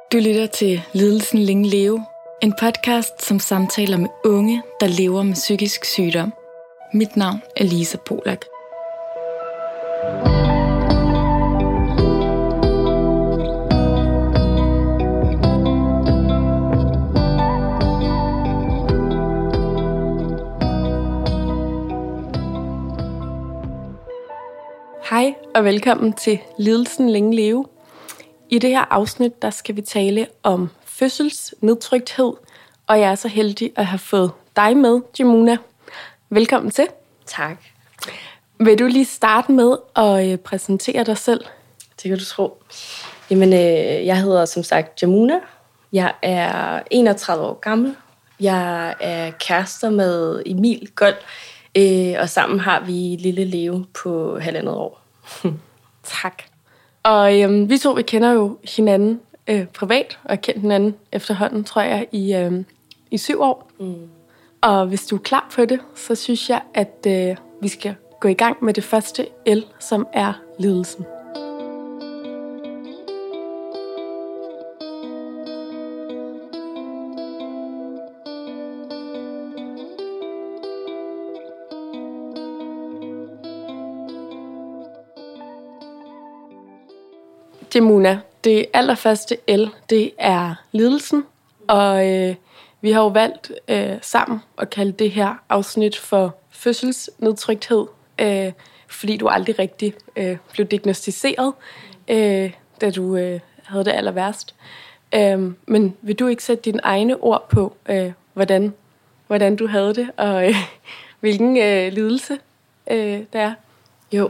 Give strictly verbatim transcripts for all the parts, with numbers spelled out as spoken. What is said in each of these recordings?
Du lytter til Lidelsen Længe Leve, en podcast, som samtaler med unge, der lever med psykisk sygdom. Mit navn er Lisa Polak. Hej og velkommen til Lidelsen Længe Leve. I det her afsnit, der skal vi tale om fødselsnedtrykthed, og jeg er så heldig at have fået dig med, Jamuna. Velkommen til. Tak. Vil du lige starte med at præsentere dig selv? Det kan du tro. Jamen, øh, jeg hedder som sagt Jamuna. Jeg er enogtredive år gammel. Jeg er kærester med Emil Gold, øh, og sammen har vi lille Leo på halvandet år. Tak. Og øhm, vi to, vi kender jo hinanden øh, privat, og har kendt hinanden efterhånden, tror jeg, i, øh, i syv år. Mm. Og hvis du er klar på det, så synes jeg, at øh, vi skal gå i gang med det første L, som er lidelsen. Jamuna, det allerførste L, det er lidelsen, og øh, vi har jo valgt øh, sammen at kalde det her afsnit for fødselsnedtrykthed, øh, fordi du aldrig rigtig øh, blev diagnosticeret, øh, da du øh, havde det aller værst. Øh, men vil du ikke sætte dine egne ord på, øh, hvordan, hvordan du havde det, og øh, hvilken øh, lidelse øh, det er? Jo,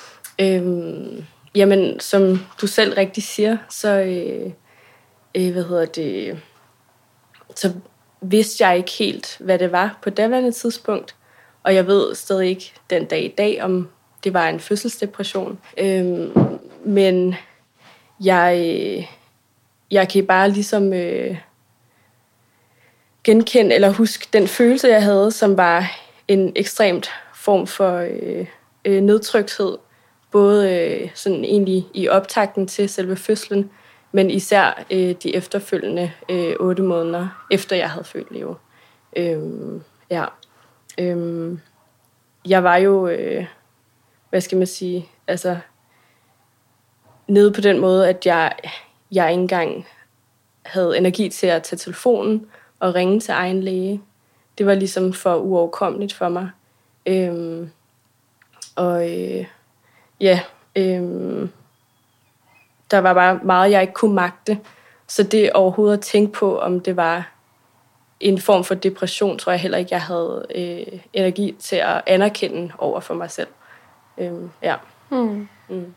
øhm Jamen, som du selv rigtig siger, så, øh, øh, hvad hedder det, så vidste jeg ikke helt, hvad det var på daværende tidspunkt. Og jeg ved stadig ikke den dag i dag, om det var en fødselsdepression. Øh, men jeg, øh, jeg kan bare ligesom øh, genkende eller huske den følelse, jeg havde, som var en ekstremt form for øh, øh, nedtrykthed. Både øh, sådan egentlig i optakten til selve fødslen, men især øh, de efterfølgende øh, otte måneder, efter jeg havde født Leo. Øhm, ja. øhm, jeg var jo, øh, hvad skal man sige, altså nede på den måde, at jeg, jeg ikke engang havde energi til at tage telefonen og ringe til egen læge. Det var ligesom for uoverkommeligt for mig. Øhm, og øh, Ja, øhm, der var bare meget, jeg ikke kunne magte. Så det overhovedet at tænke på, om det var en form for depression, tror jeg heller ikke, jeg havde øh, energi til at anerkende over for mig selv. Øhm, ja. Hmm. Mm.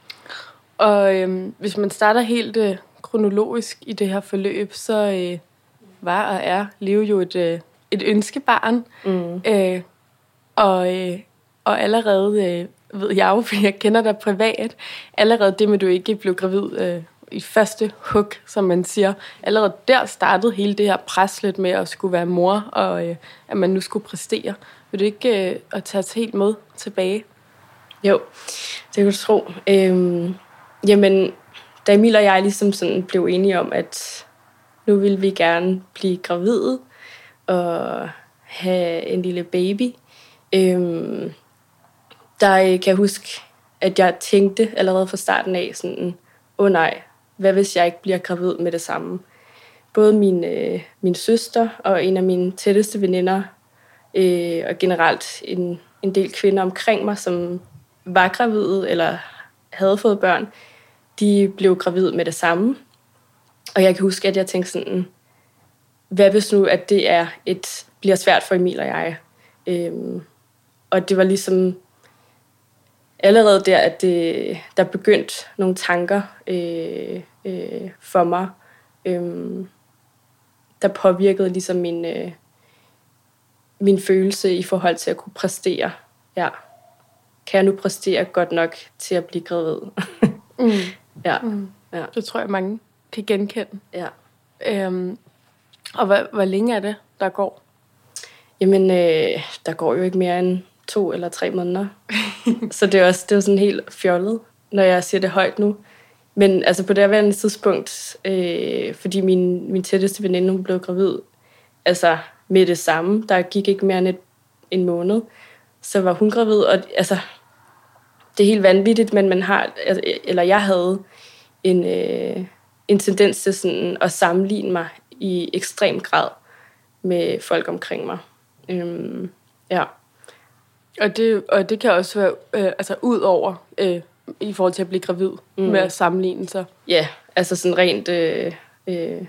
Og øhm, hvis man starter helt øh, kronologisk i det her forløb, så øh, var og er Leo jo et, øh, et ønskebarn. Mm. Øh, og, øh, og allerede... Øh, ved jeg jo, fordi jeg kender dig privat, allerede det med, at du ikke blev gravid øh, i første hug, som man siger, allerede der startede hele det her pres lidt med at skulle være mor, og øh, at man nu skulle præstere. Vil du ikke øh, at tage os helt med tilbage? Jo, det kan du tro. Øhm, jamen, da Emil og jeg ligesom sådan blev enige om, at nu ville vi gerne blive gravide og have en lille baby, øhm, der kan jeg huske, at jeg tænkte allerede fra starten af sådan, åh oh nej, hvad hvis jeg ikke bliver gravid med det samme? Både min, øh, min søster og en af mine tætteste veninder, øh, og generelt en, en del kvinder omkring mig, som var gravide eller havde fået børn, de blev gravide med det samme. Og jeg kan huske, at jeg tænkte sådan, hvad hvis nu, at det er et, bliver svært for Emil og jeg? Øh, og det var ligesom... Allerede der, at det, der begyndte nogle tanker øh, øh, for mig, øh, der påvirkede ligesom min, øh, min følelse i forhold til at kunne præstere. Ja. Kan jeg nu præstere godt nok til at blive gravid? mm. Ja. Mm. Ja. Det tror jeg, mange kan genkende. Ja. Øhm, og hvor, hvor længe er det, der går? Jamen, øh, der går jo ikke mere end to eller tre måneder. Så det er også det er sådan helt fjollet, når jeg siger det højt nu. men altså på det her tidspunkt, øh, fordi min, min tætteste veninde, hun blev gravid, altså med det samme, der gik ikke mere end et, en måned, så var hun gravid, og altså, det er helt vanvittigt, men man har, eller jeg havde en, øh, en tendens til sådan at sammenligne mig i ekstrem grad med folk omkring mig. Øhm, ja. Og det, og det kan også være øh, altså ud over øh, i forhold til at blive gravid mm. med at sammenligne sig. Ja, altså sådan rent øh, øh,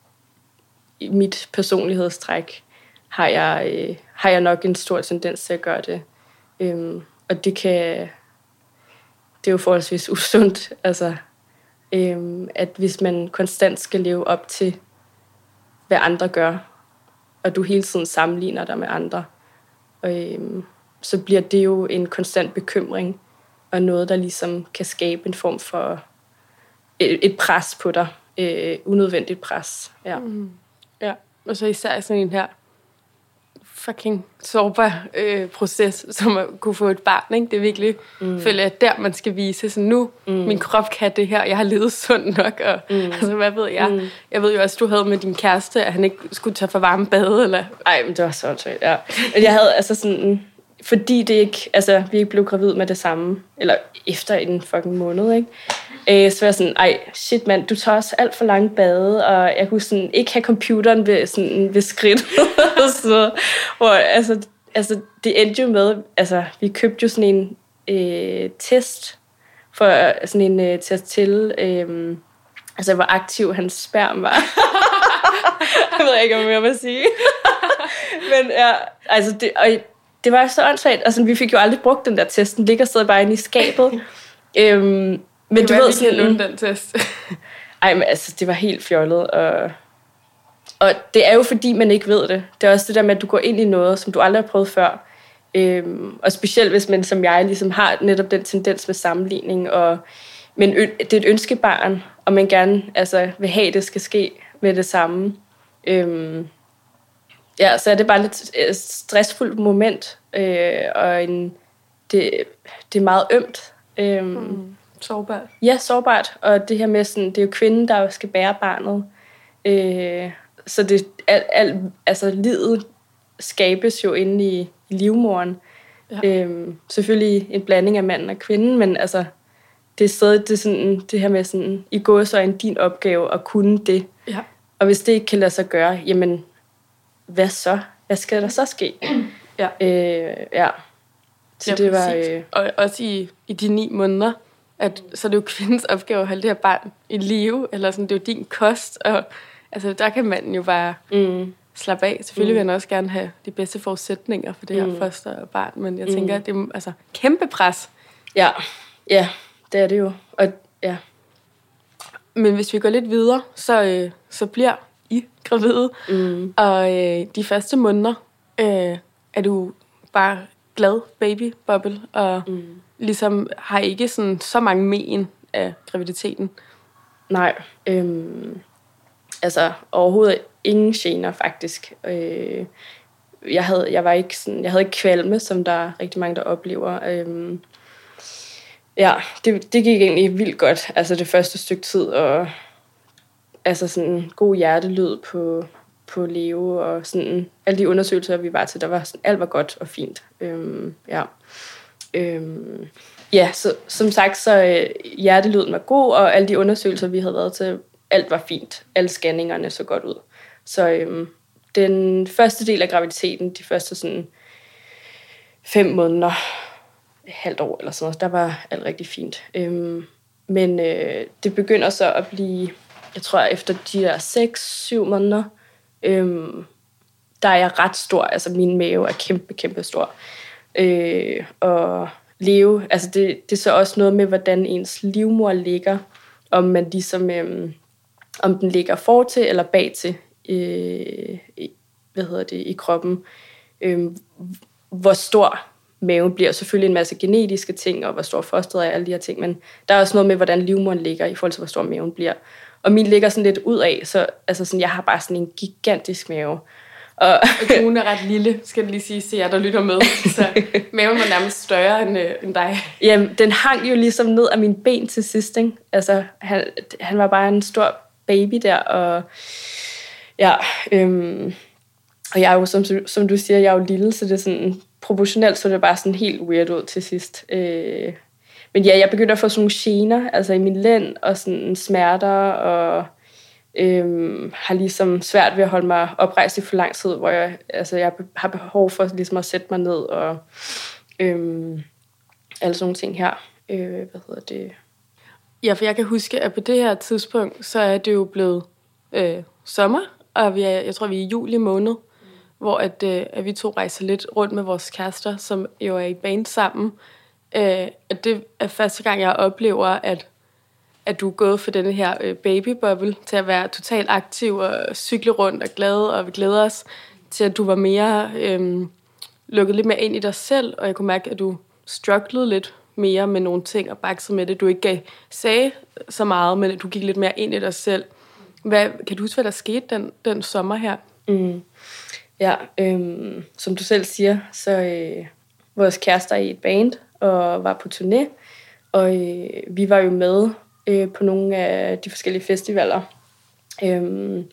mit personlighedstræk har jeg, øh, har jeg nok en stor tendens til at gøre det. Øhm, og det kan det er jo forholdsvis usundt, altså øhm, at hvis man konstant skal leve op til hvad andre gør, og du hele tiden sammenligner dig med andre, øhm, så bliver det jo en konstant bekymring, og noget, der ligesom kan skabe en form for et, et pres på dig. Øh, unødvendigt pres. Ja. Mm. Ja, og så især sådan en her fucking sårbar øh, proces, som at kunne få et barn, ikke? Det er virkelig, mm. føler jeg, der man skal vise, så nu, mm. min krop kan det her, jeg har levet sundt nok, og mm. altså, hvad ved jeg? Mm. Jeg ved jo også, du havde med din kæreste, at han ikke skulle tage for varme bade, eller? Ej, men det var så tøjt, ja. Men jeg havde altså sådan, fordi det ikke, altså, vi ikke blev gravid med det samme, eller efter en fucking måned, ikke? Øh, så var jeg sådan, ej, shit mand, du tager også alt for lange bade, og jeg kunne sådan ikke have computeren ved, sådan, ved skridt. så, hvor, altså, altså, det endte jo med, altså, vi købte jo sådan en øh, test, for sådan en øh, test til, øh, altså, hvor aktiv hans sperm var. jeg ved ikke, om jeg må sige. Men ja, altså, det, og det var så åndssvagt. Altså, vi fik jo aldrig brugt den der test. Den ligger stadig bare inde i skabet. øhm, men du ved sådan en den test. Ej, men altså, det var helt fjollet. Og, og det er jo fordi, man ikke ved det. Det er også det der med, at du går ind i noget, som du aldrig har prøvet før. Øhm, og specielt hvis man, som jeg, ligesom har netop den tendens med sammenligning. Og, men ø- det er et ønskebarn, og man gerne altså, vil have, at det skal ske med det samme. Øhm, Ja, så er det bare lidt et stressfuldt moment, øh, og en, det, det er meget ømt. Øhm, mm, sårbart. Ja, sårbart, og det her med sådan, det er jo kvinden, der skal bære barnet. Øh, så det, al, al, altså livet skabes jo inde i, i livmoderen. Ja. Øhm, selvfølgelig en blanding af manden og kvinden, men altså, det er stadig det, er sådan, det her med sådan, i gåseøjne din opgave at kunne det. Ja. Og hvis det ikke kan lade sig gøre, jamen, hvad så? Hvad skal der så ske? Ja. Øh, ja. Så ja, det var... Øh... Og også i, i de ni måneder, at så er det jo kvindens opgave at holde det her barn i live, eller sådan, det er jo din kost, og altså, der kan manden jo bare mm. slappe af. Selvfølgelig mm. vil han også gerne have de bedste forudsætninger for det her mm. foster og barn, men jeg tænker, mm. at det er altså kæmpe pres. Ja, ja, det er det jo. Og, ja. Men hvis vi går lidt videre, så, øh, så bliver I gravide, mm. og øh, de første måneder øh, er du bare glad baby-bubble, og mm. ligesom har ikke sådan så mange men af graviditeten. Nej, øhm, altså overhovedet ingen gener faktisk. Øh, jeg havde, jeg var ikke sådan, jeg havde ikke kvalme, som der er rigtig mange der oplever. Øhm, ja, det, det gik egentlig vildt godt, altså det første stykke tid, og altså sådan god hjertelyd på, på Leo, og sådan alle de undersøgelser, vi var til, der var sådan, alt var godt og fint. Øhm, ja. Øhm, ja, så som sagt, så øh, hjertelyden var god, og alle de undersøgelser, vi havde været til, alt var fint. Alle scanningerne så godt ud. Så øhm, den første del af graviditeten, de første sådan fem måneder, et halvt år eller sådan noget, der var alt rigtig fint. Øhm, men øh, det begynder så at blive, jeg tror efter de der seks, syv måneder, øhm, der er jeg ret stor. Altså min mave er kæmpe, kæmpe stor. Øh, og Leo, altså det, det er så også noget med, hvordan ens livmor ligger, om man ligesom, øhm, om den ligger fortil eller bagtil, øh, hvad hedder det, i kroppen. Øh, hvor stor maven bliver. Selvfølgelig en masse genetiske ting, og hvor stor fosteret er, alle de her ting, men der er også noget med, hvordan livmoderen ligger, i forhold til, hvor stor maven bliver. Og min ligger sådan lidt ud af, så altså sådan, jeg har bare sådan en gigantisk mave. Og, og hun er ret lille, skal det lige sige, til jer, der lytter med. Så maven var nærmest større end, øh, end dig. Jamen, den hang jo ligesom ned af mine ben til sidst, ikke? Altså, han, han var bare en stor baby der, og ja, øhm, og jeg er jo, som, som du siger, jeg er jo lille, så det er sådan, proportionelt, så det er bare sådan helt weird ud til sidst. Øh, men ja, jeg begyndte at få sådan nogle gener, altså i min lænd, og sådan smerter, og øhm, har ligesom svært ved at holde mig oprejst i for lang tid, hvor jeg, altså, jeg har behov for ligesom at sætte mig ned, og øhm, alle sådan nogle ting her. Øh, hvad hedder det? Ja, for jeg kan huske, at på det her tidspunkt, så er det jo blevet øh, sommer, og vi er, jeg tror, vi er i juli måned, mm. hvor at, øh, at vi to rejser lidt rundt med vores kærester, som jo er i band sammen. Øh, at det er første gang, jeg oplever, at, at du er gået fra denne her øh, babybubble til at være totalt aktiv og cykle rundt og glad, og vi glæder os til, at du var mere øh, lukket lidt mere ind i dig selv, og jeg kunne mærke, at du strugglede lidt mere med nogle ting og baksede med det. Du ikke gav, sagde så meget, men du gik lidt mere ind i dig selv. Hvad, kan du huske, hvad der skete den, den sommer her? Mm. Ja, øhm, som du selv siger, så øh, vores kærester er i et band og var på turné, og øh, vi var jo med øh, på nogle af de forskellige festivaler. Øhm,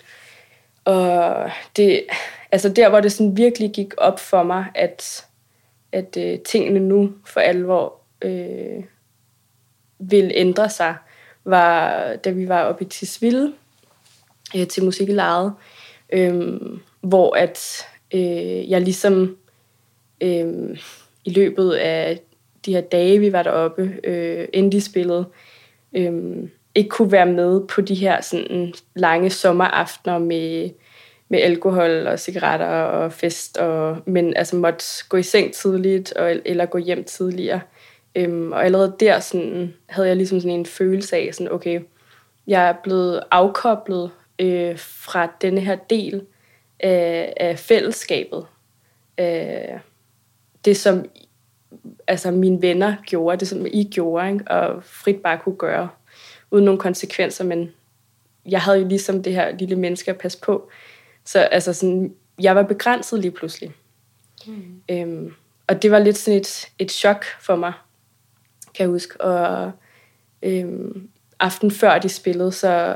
og det, altså der, hvor det sådan virkelig gik op for mig, at, at øh, tingene nu for alvor øh, ville ændre sig, var da vi var oppe i Tisvilde øh, til musik i lejet, øh, hvor at øh, jeg ligesom øh, i løbet af de her dage, vi var deroppe, øh, inden de spillede, øh, ikke kunne være med på de her sådan lange sommeraftener med, med alkohol og cigaretter og fest, og, men altså måtte gå i seng tidligt og, eller gå hjem tidligere. Øhm, og allerede der sådan, havde jeg ligesom sådan en følelse af, sådan, okay, jeg er blevet afkoblet øh, fra denne her del af, af fællesskabet. Øh, det, som altså, mine venner gjorde, det som I gjorde, ikke? Og frit bare kunne gøre, uden nogle konsekvenser, men jeg havde jo ligesom det her lille menneske at passe på. Så altså, sådan, jeg var begrænset lige pludselig. Mm. Øhm, og det var lidt sådan et, et chok for mig, kan jeg huske. Og øhm, aften før de spillede, så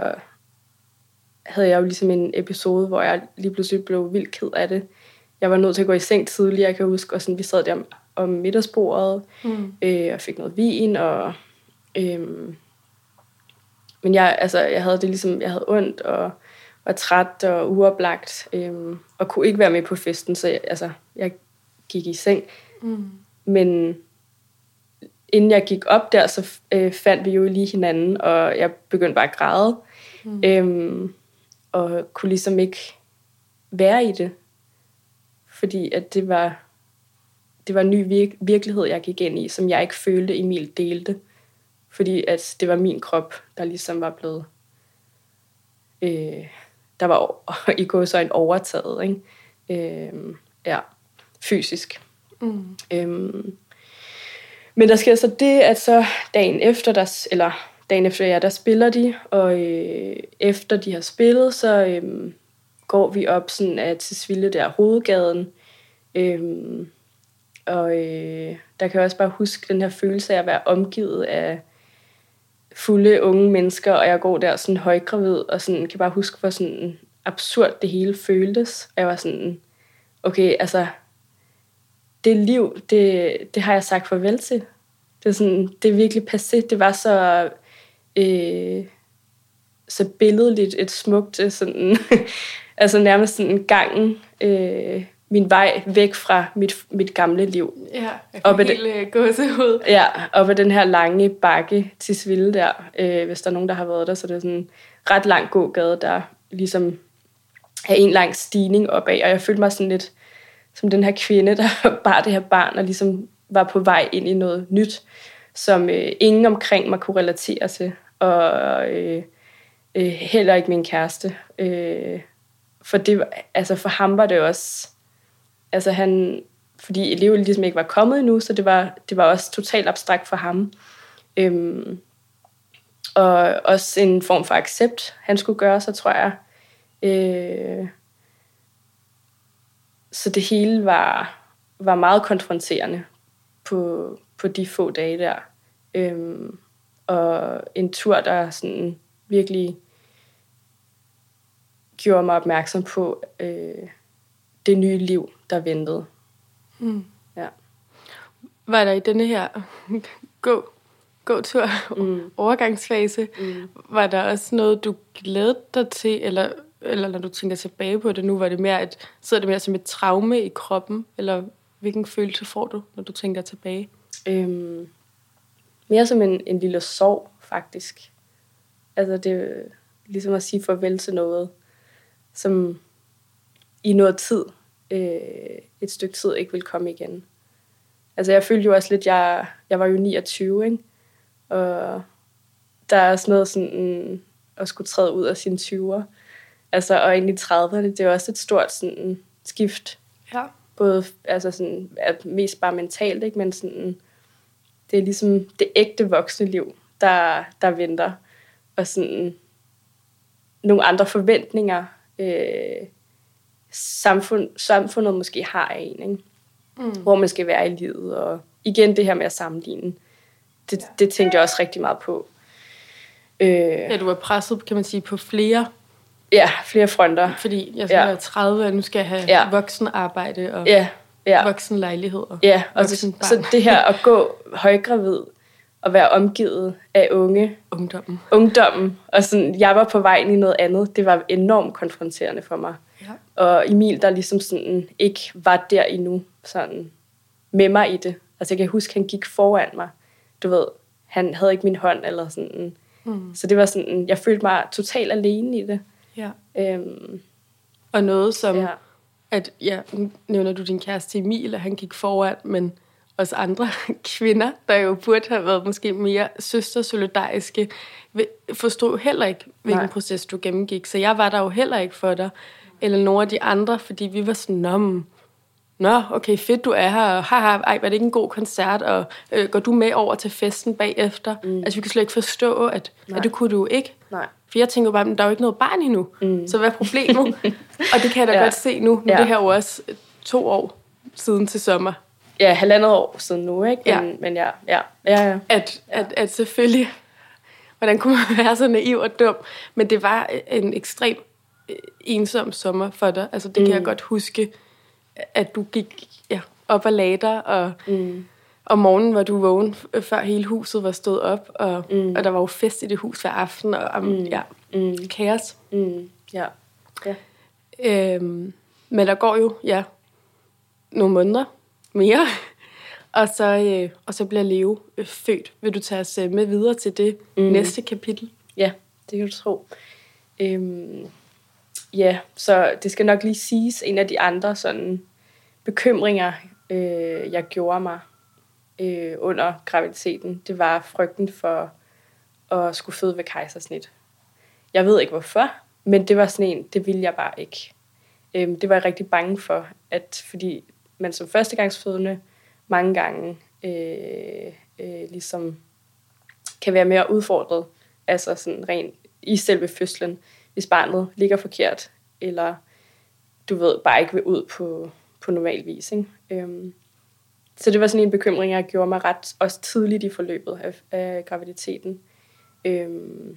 havde jeg jo ligesom en episode, hvor jeg lige pludselig blev vildt ked af det. Jeg var nødt til at gå i seng tidligere, jeg kan huske, og sådan, vi sad der om, om middagsbordet, mm. øh, og fik noget vin, og øhm, men jeg, altså, jeg havde det ligesom, jeg havde ondt, og var træt og uoplagt, øhm, og kunne ikke være med på festen, så jeg, altså, jeg gik i seng. Mm. Men inden jeg gik op der, så øh, fandt vi jo lige hinanden, og jeg begyndte bare at græde, mm. øhm, og kunne ligesom ikke være i det, fordi at det var, det var en ny vir- virkelighed, jeg gik ind i, som jeg ikke følte, Emil delte, fordi at det var min krop, der ligesom var blevet, øh, der var i går så en overtaget, ikke? Øh, ja, fysisk. Mm. Øhm, men der sker så det, at så dagen efter, der, eller dagen efter, ja, der spiller de, og øh, efter de har spillet, så øh, går vi op sådan af Tisvilde der hovedgaden, øh, og øh, der kan jeg også bare huske den her følelse af at være omgivet af fulde unge mennesker, og jeg går der sådan højgravid, og sådan kan bare huske, hvor sådan absurd det hele føltes. Og jeg var sådan, okay, altså, det liv, det, det har jeg sagt farvel til. Det er, sådan, det er virkelig passé. Det var så, øh, så billedligt, et smukt, sådan, altså nærmest sådan en gang, øh, min vej væk fra mit, mit gamle liv. Ja, jeg kan helt gåsehud. Ja, op ad den her lange bakke til Tisvilde der, øh, hvis der er nogen, der har været der, så det er sådan en ret lang gågade, der ligesom er en lang stigning opad, og jeg følte mig sådan lidt som den her kvinde, der bar det her barn, og ligesom var på vej ind i noget nyt, som øh, ingen omkring mig kunne relatere til, og øh, øh, heller ikke min kæreste. Øh, for, det, altså for ham var det også, altså han, fordi livet ligesom ikke var kommet endnu, så det var, det var også totalt abstrakt for ham. Øhm, og også en form for accept, han skulle gøre sig, tror jeg. Øh, så det hele var, var meget konfronterende på, på de få dage der. Øhm, og en tur, der sådan virkelig gjorde mig opmærksom på øh, det nye liv, der ventede. Mm. Ja. Var der i denne her gå, gåtur, Mm. overgangsfase, mm. var der også noget, du glædede dig til, eller, eller når du tænker tilbage på det nu, var det mere et, sidder det mere som et traume i kroppen, eller hvilken følelse får du, når du tænker tilbage? Øhm, mere som en, en lille sorg, faktisk. Altså, det er ligesom at sige farvel til noget, som i noget tid, øh, et stykke tid, ikke vil komme igen. Altså, jeg følte jo også lidt, jeg, jeg var jo niogtyve, ikke? Og der er også noget sådan, at skulle træde ud af sine tyvere. Altså, og ind i trediverne, det er også et stort sådan, skift. Ja. Både, altså sådan, mest bare mentalt, ikke? Men sådan, det er ligesom det ægte voksne liv, der, der venter. Og sådan nogle andre forventninger, øh, samfund, samfundet måske har af en, ikke? Mm. Hvor man skal være i livet. Og igen det her med at sammenligne. Det, ja. det tænkte jeg også rigtig meget på. Øh, ja, du var presset, kan man sige, på flere. Ja, flere fronter. Fordi jeg skal ja. være tredive, og nu skal jeg have ja. voksenarbejde og ja. Ja. voksenlejligheder. Ja, og så, så det her at gå højgravid og være omgivet af unge. Ungdommen. Ungdommen. Og sådan, jeg var på vej ind i noget andet. Det var enormt konfronterende for mig. Ja. Og Emil, der ligesom sådan ikke var der endnu, sådan med mig i det. Altså jeg kan huske, han gik foran mig. Du ved, han havde ikke min hånd eller sådan. Mm. Så det var sådan, jeg følte mig totalt alene i det. Ja. Øhm, og noget som, ja. at ja, nu nævner du din kæreste Emil, og han gik foran, men også andre kvinder, der jo burde have været måske mere søstersolidariske, forstod jo heller ikke, hvilken Nej. proces du gennemgik. Så jeg var der jo heller ikke for dig, eller nogle af de andre, fordi vi var sådan, nå, nå okay, fedt, du er her, og haha, ej, var det ikke en god koncert, og øh, går du med over til festen bagefter? Mm. Altså, vi kan slet ikke forstå, at, at det kunne du ikke. Nej. For jeg tænker bare, at der er jo ikke noget barn endnu, mm. så hvad er problemet? Og det kan jeg da ja. godt se nu, nu ja. det her jo også to år siden til sommer. Ja, halvandet år siden nu, ikke? Men, ja. men ja, ja, ja, ja. At, at, at selvfølgelig, hvordan kunne man være så naiv og dum? Men det var en ekstrem ensom sommer for dig. Altså, det kan mm. jeg godt huske, at du gik ja, op og lagde dig, og mm. om morgenen var du vågen, før hele huset var stået op, og, mm. og der var jo fest i det hus hver aften, og um, mm. ja, mm. kaos. Mm. Ja. Ja. Øhm, men der går jo, ja, nogle måneder mere, og så, øh, og så bliver Leo øh, født. Vil du tage os øh, med videre til det mm. næste kapitel? Ja, det kan du tro. Øhm, ja, så det skal nok lige siges, en af de andre sådan bekymringer, øh, jeg gjorde mig øh, under graviditeten, det var frygten for at skulle føde ved kejsersnit. Jeg ved ikke hvorfor, men det var sådan en, det ville jeg bare ikke. Øhm, det var jeg rigtig bange for, at fordi man som førstegangsfødende mange gange øh, øh, ligesom kan være mere udfordret, altså sådan rent i selve fødslen, hvis barnet ligger forkert, eller du ved, bare ikke vil ud på, på normal vis. Ikke? Øhm, så det var sådan en bekymring, jeg gjorde mig ret også tidligt i forløbet af, af graviditeten. Øhm,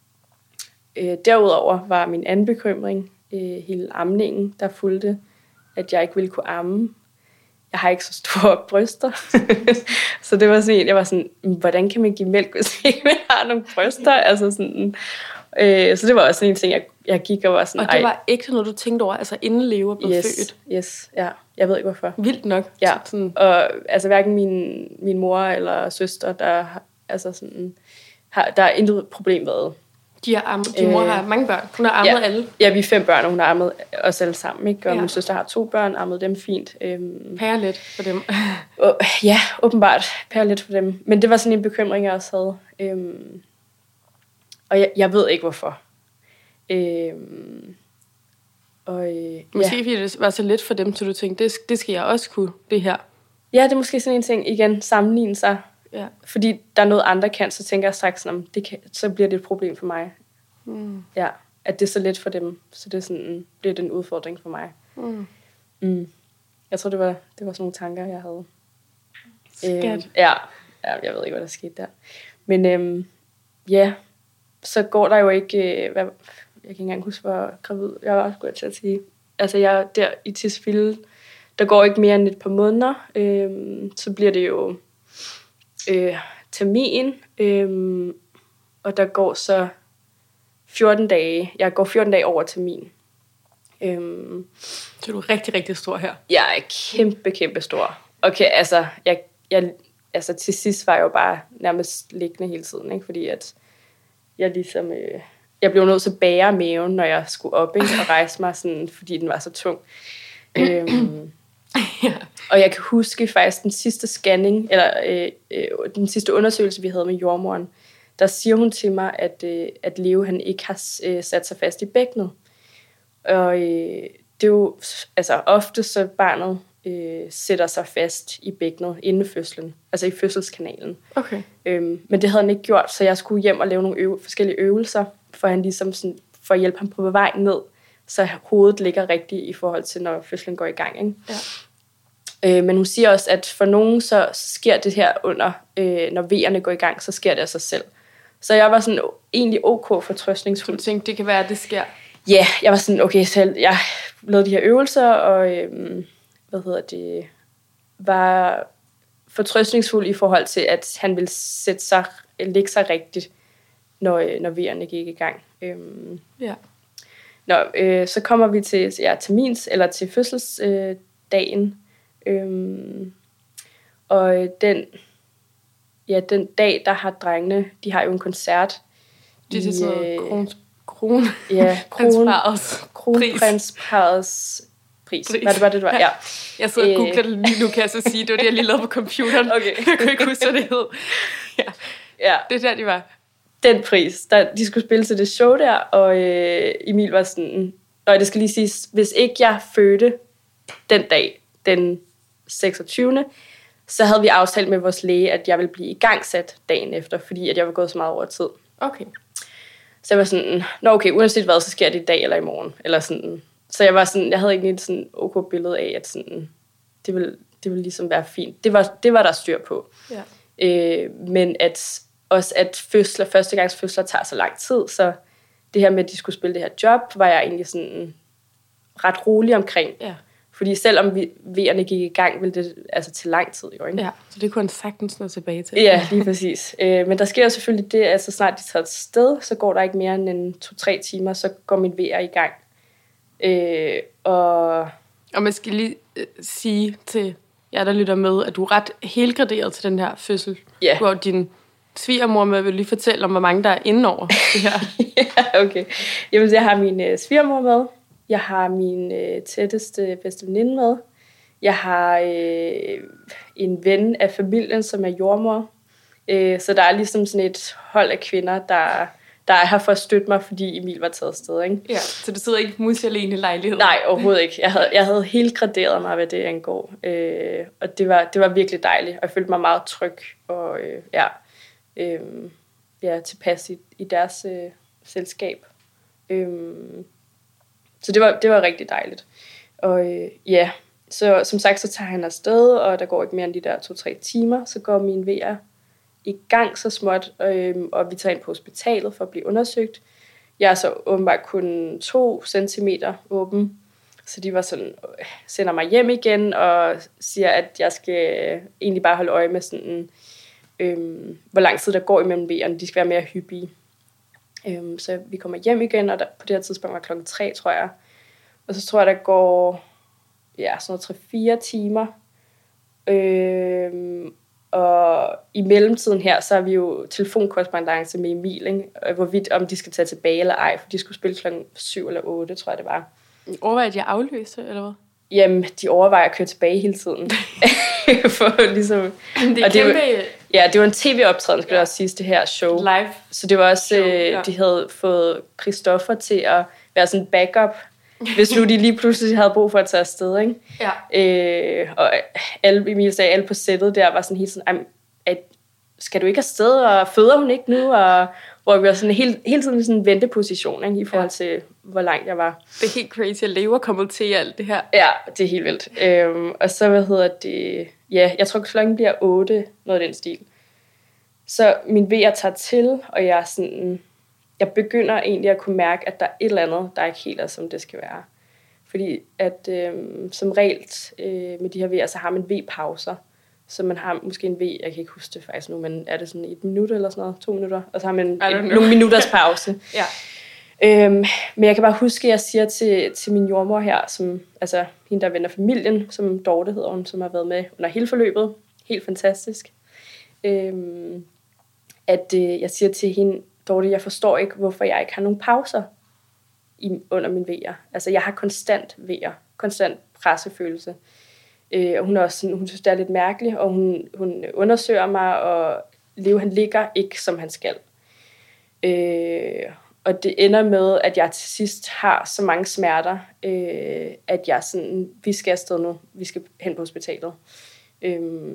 øh, derudover var min anden bekymring øh, hele amningen, der fulgte, at jeg ikke ville kunne amme. Jeg har ikke så store bryster. Så det var sådan, jeg var sådan, hvordan kan man give mælk, hvis ikke man har nogle bryster? Altså sådan, øh, så det var også sådan en ting, jeg, jeg gik og var sådan, og det var ikke noget, du tænkte over, altså inden Leo blev yes, født? Yes, ja. Jeg ved ikke hvorfor. Vildt nok. Ja, sådan. Og altså hverken min, min mor eller søster, der, altså sådan, har, der er intet problem med. De har ammet, din mor øh, har mange børn. Hun har ammet ja, alle. Ja, vi er fem børn, og hun har ammet os alle sammen. Ikke? Og ja. Min søster har to børn, ammet dem fint. Øhm, Pærer lidt for dem. og, ja, åbenbart. Pærer lidt for dem. Men det var sådan en bekymring, jeg også havde. Øhm, og jeg, jeg ved ikke, hvorfor. Øhm, og, øh, måske ja. fordi det var så let for dem, så du tænkte, det, det skal jeg også kunne, det her. Ja, det er måske sådan en ting, igen, sammenligne sig. Ja. Fordi der er noget, andre kan, så tænker jeg straks, det kan, så bliver det et problem for mig. Mm. Ja, at det er så let for dem, så det er sådan, det er den udfordring for mig. Mm. Mm. Jeg tror, det var, det var sådan nogle tanker, jeg havde. Skat. Øhm, ja, ja, jeg ved ikke, hvad der skete der. Men øhm, ja, så går der jo ikke... Øh, hvad, jeg kan ikke engang huske, hvor gravid jeg var også gået til at sige. Altså, jeg der i Tisvilde, der går ikke mere end et par måneder. Øhm, så bliver det jo øh, termin, øhm, og der går så fjorten dage. Jeg går fjorten dage over termin. Øhm, så du er rigtig, rigtig stor her. Jeg er kæmpe, kæmpe stor. Okay, altså, jeg, jeg, altså til sidst var jeg jo bare nærmest liggende hele tiden, ikke? Fordi at jeg ligesom... Øh, jeg blev nødt til at bære maven, når jeg skulle op, ikke? Og rejse mig, sådan, fordi den var så tung. øhm, ja. Og jeg kan huske faktisk den sidste scanning, eller øh, øh, den sidste undersøgelse, vi havde med jordmoren, der siger hun til mig, at, øh, at Leo han ikke har øh, sat sig fast i bækkenet. Og øh, det er jo, altså ofte så barnet øh, sætter sig fast i bækkenet inden fødslen, altså i fødselskanalen. Okay. Øhm, men det havde han ikke gjort, så jeg skulle hjem og lave nogle øve, forskellige øvelser, for, han ligesom sådan, for at hjælpe ham på vej ned, så hovedet ligger rigtigt i forhold til, når fødslen går i gang. Ikke? Ja. Øh, men hun siger også, at for nogen så sker det her under, øh, når V'erne går i gang, så sker det af sig selv. Så jeg var sådan egentlig ok fortrøstningsfuld. Du tænkte, det kan være, at det sker? Ja, yeah, jeg var sådan, okay, selv, jeg lavede de her øvelser, og øhm, hvad hedder det, var fortrøstningsfuld i forhold til, at han ville sætte sig, lægge sig rigtigt, når, når V'erne gik i gang. Øhm, ja. Nå, øh, så kommer vi til ja, termins, eller til fødselsdagen, øh, øhm, og den, ja, den dag, der har drengene, de har jo en koncert. Det er sådan noget kron, kron, ja, kronprinsparrets kronprinsparrets pris. pris. Hvad det var, det, det var? Ja. Jeg sidder og googler det lige nu, kan jeg så sige. Det var det, jeg lige lavede på computeren. Okay. Jeg kunne ikke huske, hvad det hed. Ja. Ja. Det er der, de var. Den pris, der, de skulle spille til det show der, og øh, Emil var sådan, og det skal lige siges, hvis ikke jeg fødte den dag, den seksogtyvende, så havde vi aftalt med vores læge, at jeg ville blive igangsat dagen efter, fordi at jeg var gået så meget over tid. Okay. Så jeg var sådan, nå okay, uanset hvad, så sker det i dag eller i morgen, eller sådan. Så jeg var sådan, jeg havde ikke et sådan ok billede af, at sådan, det ville, det ville ligesom være fint. Det var, det var der styr på. Ja. Øh, men at også at fødsler, førstegangs fødsler tager så lang tid, så det her med, at de skulle spille det her job, var jeg egentlig sådan ret rolig omkring. Ja. Fordi selvom vi, V'erne gik i gang, ville det altså til lang tid jo, ikke? Ja, så det kunne han sagtens nå tilbage til. Ja, lige præcis. øh, men der sker jo selvfølgelig det, at så snart de tager et sted, så går der ikke mere end en to-tre timer, så går min V'er i gang. Øh, og... og man skal lige øh, sige til jer, der lytter med, at du er ret helgraderet til den her fødsel. Ja. Du har din svigermor med, vil lige fortælle om, hvor mange der er inde over det her. Ja, okay. Jamen, jeg har min øh, svigermor med. Jeg har min øh, tætteste bedste veninde med. Jeg har øh, en ven af familien, som er jordmor. Øh, så der er ligesom sådan et hold af kvinder, der, der er her for at støtte mig, fordi Emil var taget afsted, ikke? Ja, så du sidder ikke mus alene i lejligheden? Nej, overhovedet ikke. Jeg havde, jeg havde helt graderet mig, hvad det angår. Øh, og det var, det var virkelig dejligt, og jeg følte mig meget tryg og øh, ja, øh, ja, tilpas i, i deres øh, selskab. Øh, Så det var, det var rigtig dejligt. Og øh, ja, så som sagt, så tager han afsted, og der går ikke mere end de der to-tre timer. Så går min V'er i gang så småt, øh, og vi tager ind på hospitalet for at blive undersøgt. Jeg er så åbenbart kun to centimeter åben, så de var sådan, øh, sender mig hjem igen og siger, at jeg skal egentlig bare holde øje med sådan, øh, hvor lang tid der går imellem V'erne. De skal være mere hyppige. Øh, så vi kommer hjem igen, og der, på det her tidspunkt var klokken tre, tror jeg. Og så tror jeg, der går ja, sådan noget tre-fire timer. Øhm, og i mellemtiden her, så har vi jo telefonkorrespondance med Emil, ikke? Hvorvidt om de skal tage tilbage eller ej, for de skulle spille klokken syv eller otte, tror jeg det var. Overvejer de at afløse, eller hvad? Jamen, de overvejer at køre tilbage hele tiden. For ligesom... Det er og det kæmpe... var, ja, det var en tv-optræden, skulle ja. jeg også sige, det her show. Live. Så det var også, show, øh, ja. de havde fået Christoffer til at være sådan en backup, hvis nu de lige pludselig havde brug for at tage afsted, ikke? Ja. Øh, og alle, Emil sagde, alle på sættet der var sådan helt sådan, at skal du ikke afsted, og føder hun ikke nu? Og hvor vi var sådan hele, hele tiden i sådan en venteposition, ikke, i forhold til, hvor langt jeg var. Det er helt crazy at leve og komme til alt det her. Ja, det er helt vildt. Øhm, og så, hvad hedder det... Ja, jeg tror, klokken bliver otte, noget af den stil. Så min vejer tager til, og jeg er sådan... Jeg begynder egentlig at kunne mærke, at der er et eller andet, der ikke helt er, som det skal være. Fordi at øhm, som regel øh, med de her vejer, så har man V-pauser. Så man har måske en V, jeg kan ikke huske det faktisk nu, men er det sådan et minut eller sådan noget, to minutter, og så har man et, nogle minutters pause. Ja. Øhm, men jeg kan bare huske, at jeg siger til, til min jordmor her, som, altså hende, der vender familien, som Dorte hedder hun, som har været med under hele forløbet. Helt fantastisk. Øhm, at øh, jeg siger til hende, Dorte, jeg forstår ikke, hvorfor jeg ikke har nogen pauser i, under min vejer. Altså, jeg har konstant vejer, konstant pressefølelse. Øh, og hun er også sådan, hun synes, det er lidt mærkeligt, og hun, hun undersøger mig, og Leo, han ligger ikke, som han skal. Øh, og det ender med, at jeg til sidst har så mange smerter, øh, at jeg sådan, vi skal afsted nu, vi skal hen på hospitalet. Øh,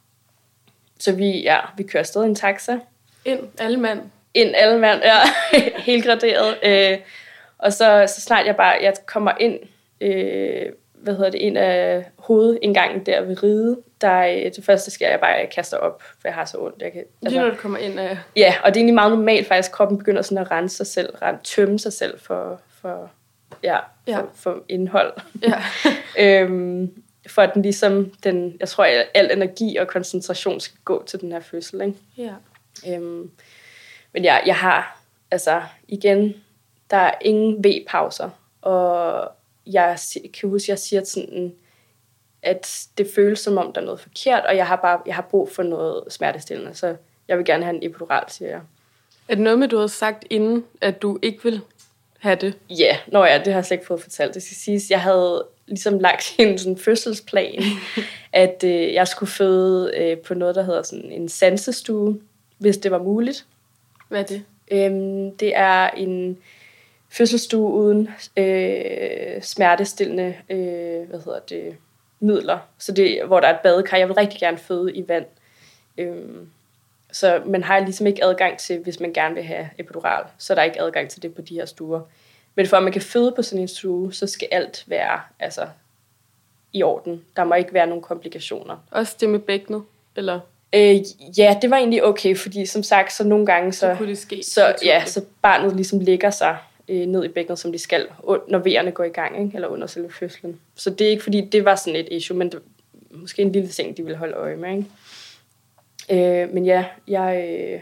så vi, ja, vi kører afsted i en taxa. Ind, alle mand. Ind, alle mand, ja, helt graderet. Øh, og så, så snart jeg bare, jeg kommer ind, øh, hvad hedder det, ind af hovedindgangen der ved ride, der det første sker jeg bare, jeg kaster op, for jeg har så ondt. Jeg kan, altså, lige når du kommer ind af... Ja, og det er egentlig meget normalt faktisk, kroppen begynder sådan at rense sig selv, tømme sig selv for, for, ja, ja. for, for indhold. Ja. øhm, for at den ligesom, den, jeg tror, at al energi og koncentration skal gå til den her fødsel, ikke? Ja. Øhm, men ja, jeg har, altså igen, der er ingen V-pauser, og jeg kan huske, at jeg siger sådan, at det føles som om, der er noget forkert, og jeg har bare jeg har brug for noget smertestillende, så jeg vil gerne have en epidural, siger jeg. Er det noget med, du havde sagt inden, at du ikke vil have det? Ja, nå ja, det har jeg slet ikke fået fortalt. Det skal siges, jeg havde ligesom lagt en sådan fødselsplan, at øh, jeg skulle føde øh, på noget, der hedder sådan en sansestue, hvis det var muligt. Hvad er det? Øhm, det er en fødselsstue uden øh, smertestillende øh, hvad hedder det, midler, så det, hvor der er et badekar. Jeg vil rigtig gerne føde i vand. Øhm, så man har ligesom ikke adgang til, hvis man gerne vil have epidural, så er der ikke adgang til det på de her stuer. Men for at man kan føde på sådan en stue, så skal alt være altså, i orden. Der må ikke være nogen komplikationer. Også det med bækkenet, eller? Øh, ja, det var egentlig okay, fordi som sagt, så nogle gange, så, så kunne det ske. Så, ja, så barnet ligesom ligger sig øh, ned i bækkenet, som de skal, når vejerne går i gang, ikke? Eller under selve fødslen. Så det er ikke, fordi det var sådan et issue, men det var måske en lille ting, de ville holde øje med, ikke? Øh, men ja, jeg øh,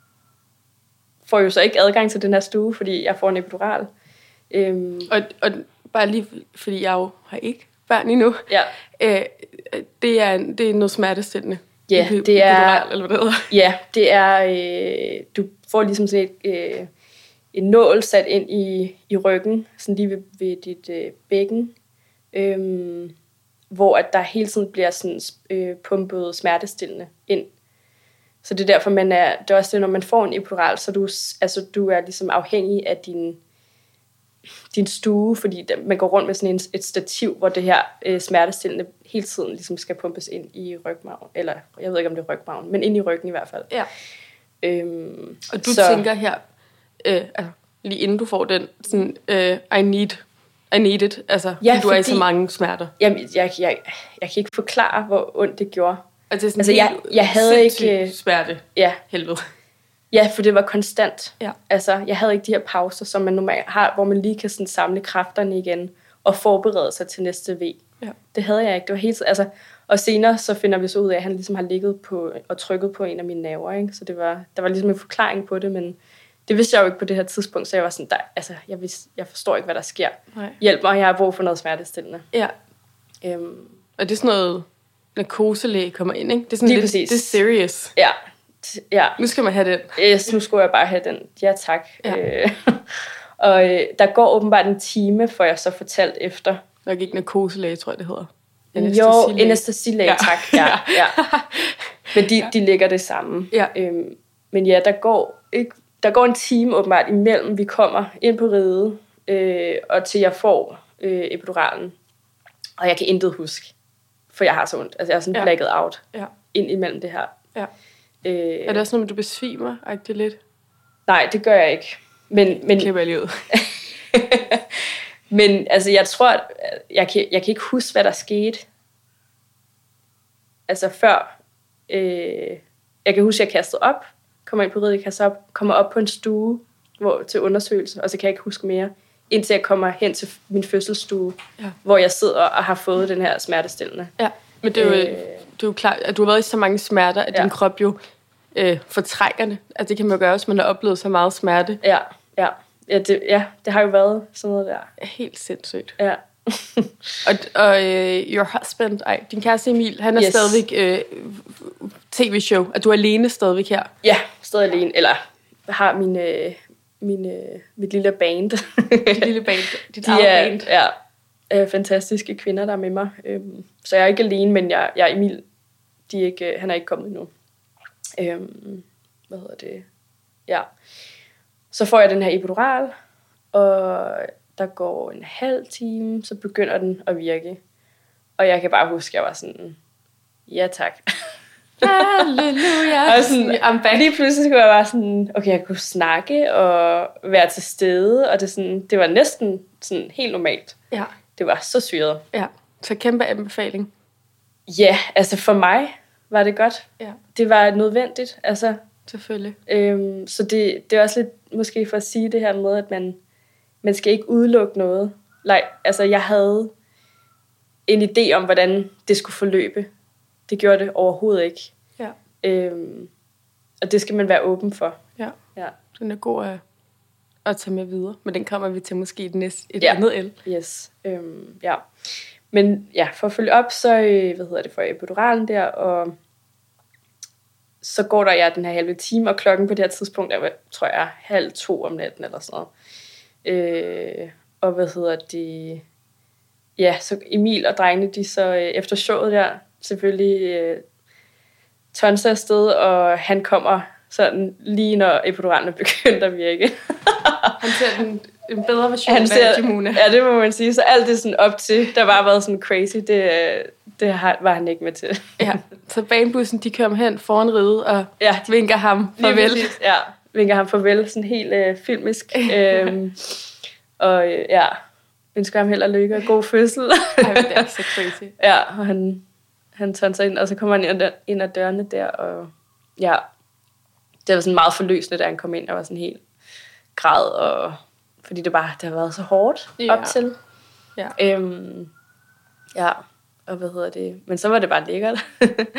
får jo så ikke adgang til den her stue, fordi jeg får en epidural. Øh, og, og bare lige, fordi jeg jo har ikke børn endnu, ja. øh, det, er, det er noget smertestillende. Ja, det er, epidural, eller hvad det hedder. Ja, det er, øh, du får ligesom sådan et, øh, en nål sat ind i, i ryggen, sådan lige ved, ved dit øh, bækken, øh, hvor at der hele tiden bliver sådan øh, pumpet smertestillende ind. Så det er derfor, man er, det er også det, når man får en epidural, så du, altså, du er ligesom afhængig af din, din stue, fordi der, man går rundt med sådan en, et stativ, hvor det her øh, smertestillende hele tiden ligesom skal pumpes ind i rygmarven, eller jeg ved ikke, om det er rygmarven, men ind i ryggen i hvert fald. Ja. Øhm, og du så, tænker her, øh, altså, lige inden du får den, sådan, øh, I need I need it, altså, ja, fordi du er i så mange smerter. Jamen, jeg, jeg, jeg kan ikke forklare, hvor ondt det gjorde. Altså, det er altså jeg, jeg havde ikke smerte. Ja. Helvede. Ja, for det var konstant. Ja. Altså, jeg havde ikke de her pauser, som man normalt har, hvor man lige kan sådan samle kræfterne igen og forberede sig til næste V. Ja. Det havde jeg ikke. Det var helt, altså, og senere så finder vi så ud af, at han ligesom har ligget på og trykket på en af mine nerver, ikke? Så det var, der var ligesom en forklaring på det, men det vidste jeg jo ikke på det her tidspunkt, så jeg var sådan, der, altså, jeg, vidste, jeg forstår ikke, hvad der sker. Nej. Hjælp mig, jeg har brug for noget smertestillende. Ja. Øhm, og det er sådan noget, narkoselæge kommer ind, ikke? Det er sådan lige lidt, præcis. det er serious. Ja. Ja. Nu skal man have den. Yes, nu skulle jeg bare have den. Ja, tak. Ja. Øh, og øh, der går åbenbart en time, for jeg så fortalt efter. Nok ikke narkoselæge, tror jeg, det hedder. Jo, anæstesilæge, ja. Tak. Ja, ja. Men de, ja. de ligger det samme. Ja. Øhm, men ja, der går, ikke, der går en time åbenbart imellem, vi kommer ind på ride, øh, og til jeg får øh, epiduralen. Og jeg kan intet huske, for jeg har så ondt. Altså jeg er sådan ja. blacket out ja. ind imellem det her. Ja. Øh, er det også noget, du besvimer agtigt lidt? Nej, det gør jeg ikke. Men, men, klipper jeg lige ud. men altså, jeg tror, at jeg kan, jeg kan ikke huske, hvad der skete. Altså før, øh, jeg kan huske, at jeg kastede op, kommer ind på riget, jeg kaster op, kommer op på en stue hvor, til undersøgelse, og så kan jeg ikke huske mere, indtil jeg kommer hen til min fødselsstue, ja. Hvor jeg sidder og har fået den her smertestillende. Ja, men det er jo, øh, det er jo klart, at du har været i så mange smerter, at ja. Din krop jo øh, fortrænger det. Altså det kan man jo gøre, hvis man har oplevet så meget smerte. Ja, ja. Ja, det, ja, det har jo været sådan noget der. Helt sindssygt. Ja. og og uh, your husband, ej, din kæreste Emil, han er yes. stadigvæk uh, tv-show, at du er alene stadigvæk her. Ja, stadig alene, eller har min, øh, min, øh, mit lille band. Dit lille band, dit De eget er, band. Ja, øh, fantastiske kvinder, der er med mig. Øhm, så jeg er ikke alene, men jeg, jeg er Emil, de er ikke, han er ikke kommet endnu. Øhm, hvad hedder det? Ja. Så får jeg den her epidural, og der går en halv time, så begynder den at virke. Og jeg kan bare huske, at jeg var sådan, ja tak. Halleluja. Og sådan, I'm back. Lige pludselig skulle jeg bare sådan, okay, jeg kunne snakke og være til stede, og det, sådan, det var næsten sådan helt normalt. Ja. Det var så syret. Ja, så kæmpe anbefaling. Ja, altså for mig var det godt. Ja. Det var nødvendigt, altså. Selvfølgelig. Øhm, så det, det er også lidt måske for at sige det her med, at man, man skal ikke udelukke noget. Like, altså jeg havde en idé om, hvordan det skulle forløbe. Det gjorde det overhovedet ikke. Ja. Øhm, og det skal man være åben for. Ja, ja. Den er god at, at tage med videre. Men den kommer vi til måske i et, næste, et ja. andet el. Yes. Øhm, ja. Men ja, for at følge op, så øh, hvad hedder det, for epiduralen der, og så går der ja, den her halve time, og klokken på det her tidspunkt er, tror jeg, halv to om natten eller sådan noget. Øh, og hvad hedder det? Ja, så Emil og drengene, de så øh, efter showet der, selvfølgelig øh, tonser afsted, og han kommer sådan lige når epiduralen er begyndt at virke. Han ser den, en bedre version han ser, af Jimuna. Ja, det må man sige. Så alt det sådan op til, der bare været sådan crazy, det, det var han ikke med til. Ja, så banebussen, de kører hen foran riget og ja, vinker ham farvel. Ja, vinker ham farvel, sådan helt øh, filmisk. øhm, og øh, ja, ønsker ham held og lykke og god fødsel. Ej, det er så crazy. Ja, og han, han tonser ind, og så kommer han ind ad, ind ad dørene der, og ja, det var sådan meget forløsende, da han kom ind, og var sådan helt græd, og fordi det bare, det har været så hårdt ja. op til. Ja. Øhm, ja, og hvad hedder det? Men så var det bare lækkert.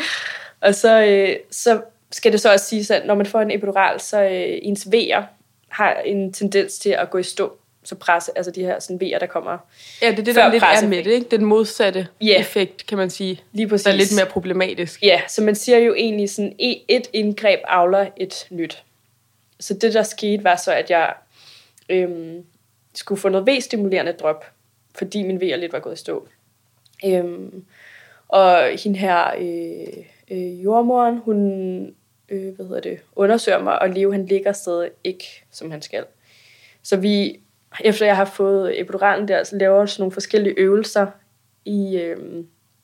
Og så, øh, så skal det så også sige, at når man får en epidural, så øh, ens vejer har en tendens til at gå i stå. Så presse, altså de her sådan vejer, der kommer. Ja, det er det, der lidt er med det, ikke? Den modsatte yeah. effekt, kan man sige. Lige præcis. Der er lidt mere problematisk. Ja, så man siger jo egentlig sådan, et indgreb avler et nyt. Så det, der skete, var så, at jeg øhm, skulle få noget V-stimulerende drop, fordi min vejer lidt var gået i stå. Øhm, og hende her, øh, øh, jordmoren, hun øh, hvad hedder det, undersøger mig, og Leo, han ligger stadig ikke, som han skal. Så vi, efter jeg har fået epiduralen der, så laver jeg sådan nogle forskellige øvelser i, øh,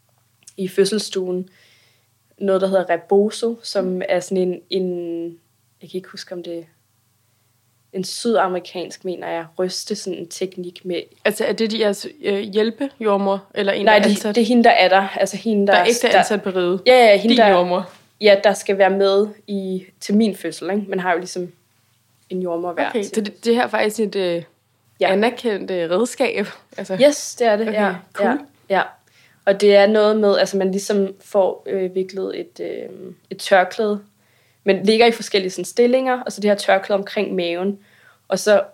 i fødselsstuen. Noget, der hedder rebozo, som er sådan en, en jeg kan ikke huske, om det er en sydamerikansk, mener jeg, ryste sådan en teknik med. Altså, er det de jeres øh, hjælpejordmor? Eller en, nej, der er det, det er hende, der er der. Altså, hende, der, der er ikke der ansat på riget? Ja, ja, hende, din der, jordmor? Ja, der skal være med i, til min fødsel. Ikke? Man har jo ligesom en jordmor hver. Okay, så det, det her er faktisk et øh, ja. anerkendt øh, redskab? Altså. Yes, det er det. Okay, ja. cool. Ja, ja. Og det er noget med, altså man ligesom får øh, viklet et, øh, et tørklæde, men ligger i forskellige sådan, stillinger, og så det her tørklæde omkring maven. Og så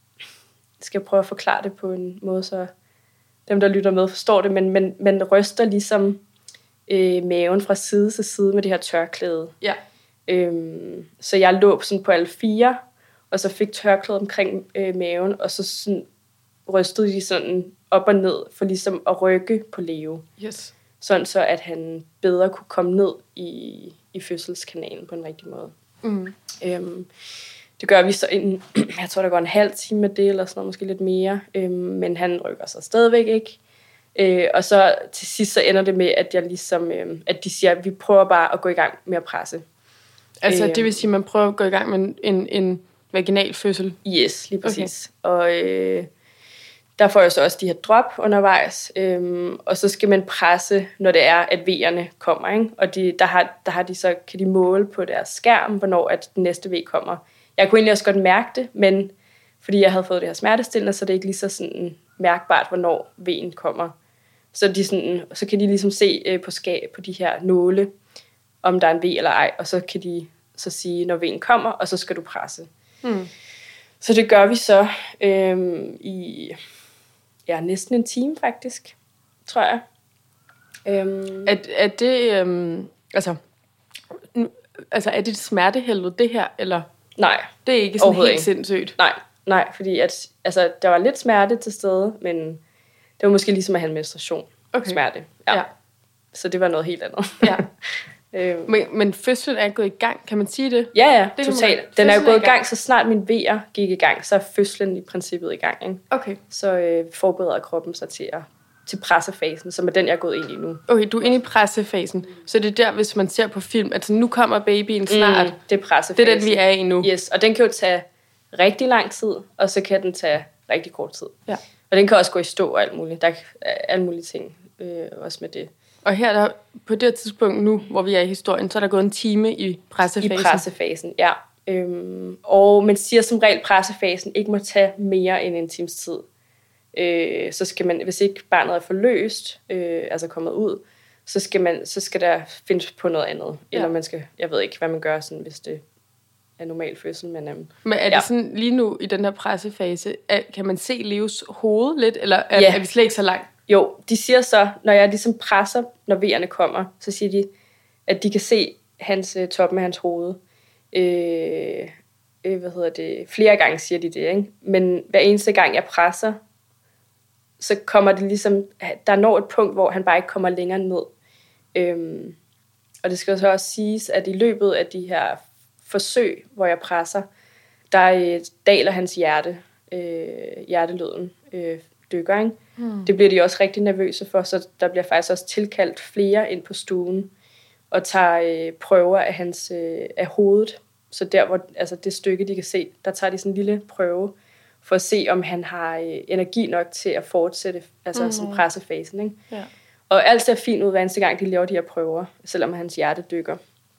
skal jeg prøve at forklare det på en måde, så dem, der lytter med, forstår det, men man, man ryster ligesom øh, maven fra side til side med det her tørklæde. Ja. Øhm, så jeg lå sådan på alle fire, og så fik tørklædet omkring øh, maven, og så sådan rystede de sådan op og ned, for ligesom at rykke på Leo. Yes. Sådan så, at han bedre kunne komme ned i, i fødselskanalen på en rigtig måde. Mm. Øhm, det gør vi så en, jeg tror, der går en halv time med det, eller sådan noget, måske lidt mere, øhm, men han rykker sig stadigvæk ikke. Øh, og så til sidst så ender det med, at jeg ligesom, øh, at de siger, at vi prøver bare at gå i gang med at presse. Altså øhm, det vil sige, at man prøver at gå i gang med en, en, en vaginal fødsel? Yes, lige præcis. Okay. Og øh, der får jeg så også de her drop undervejs, øhm, og så skal man presse, når det er, at V'erne kommer, ikke? Og de, der, har, der har de så, kan de måle på deres skærm, hvornår at den næste V kommer. Jeg kunne egentlig også godt mærke det, men fordi jeg havde fået det her smertestillende, så det er ikke lige så sådan mærkbart, hvornår V'en kommer. Så, de sådan, så kan de ligesom se øh, på, skab, på de her nåle, om der er en V eller ej, og så kan de så sige, når V'en kommer, og så skal du presse. Hmm. Så det gør vi så øhm, i ja, næsten en time faktisk, tror jeg. Øhm. Er, er det øhm, altså, altså er det smertehelvede det her, eller? Nej. Det er ikke sådan helt ikke. sindssygt? Nej, nej, fordi at, altså, der var lidt smerte til stede, men det var måske ligesom at have en menstruation. Okay. Smerte. Ja. Ja. Så det var noget helt andet. Ja. øhm. men, men fødslen er gået i gang, kan man sige det? Ja, ja, det totalt. Den er jo gået i gang, gang, så snart min V'er gik i gang, så er fødslen i princippet i gang. Ikke? Okay. Så øh, forbereder kroppen sig til, at, til pressefasen, som er den, jeg er gået ind i nu. Okay, du er inde i pressefasen. Så det er der, hvis man ser på film, at nu kommer babyen snart. Mm, det er pressefasen. Det er den, vi er i nu. Yes, og den kan jo tage rigtig lang tid, og så kan den tage rigtig kort tid. Ja. Og den kan også gå i stå og alt muligt. Der er alle mulige ting øh, også med det. Og her der, på det tidspunkt nu, hvor vi er i historien, så er der gået en time i pressefasen. I pressefasen, ja. Øhm, og man siger som regel, at pressefasen ikke må tage mere end en times tid. Øh, så skal man, hvis ikke barnet er forløst, øh, altså kommet ud, så skal, man, så skal der findes på noget andet. Ja. Eller man skal, jeg ved ikke, hvad man gør, sådan, hvis det er normal fødsel. Men, øhm, men er det ja. sådan, lige nu i den her pressefase, er, kan man se Leos hoved lidt, eller er, ja. er vi slet ikke så langt? Jo, de siger så, når jeg ligesom presser, når V'erne kommer, så siger de, at de kan se hans, toppen af hans hoved. Øh, øh, hvad hedder det? Flere gange siger de det, ikke? Men hver eneste gang jeg presser, så kommer det ligesom, der når et punkt, hvor han bare ikke kommer længere ned. Øhm, og det skal så også siges, at i løbet af de her forsøg, hvor jeg presser, der øh, daler hans hjerte, øh, hjerteløden øh, dykker, ikke? Hmm. Det bliver de også rigtig nervøse for, så der bliver faktisk også tilkaldt flere ind på stuen og tager øh, prøver af hans øh, af hovedet. Så der hvor altså det stykke de kan se, der tager de sådan en lille prøve for at se om han har øh, energi nok til at fortsætte altså hmm. sådan pressefasen, ikke? Ja. Og alt ser fint ud hver eneste gang de laver de her prøver, selvom hans hjerte dykker.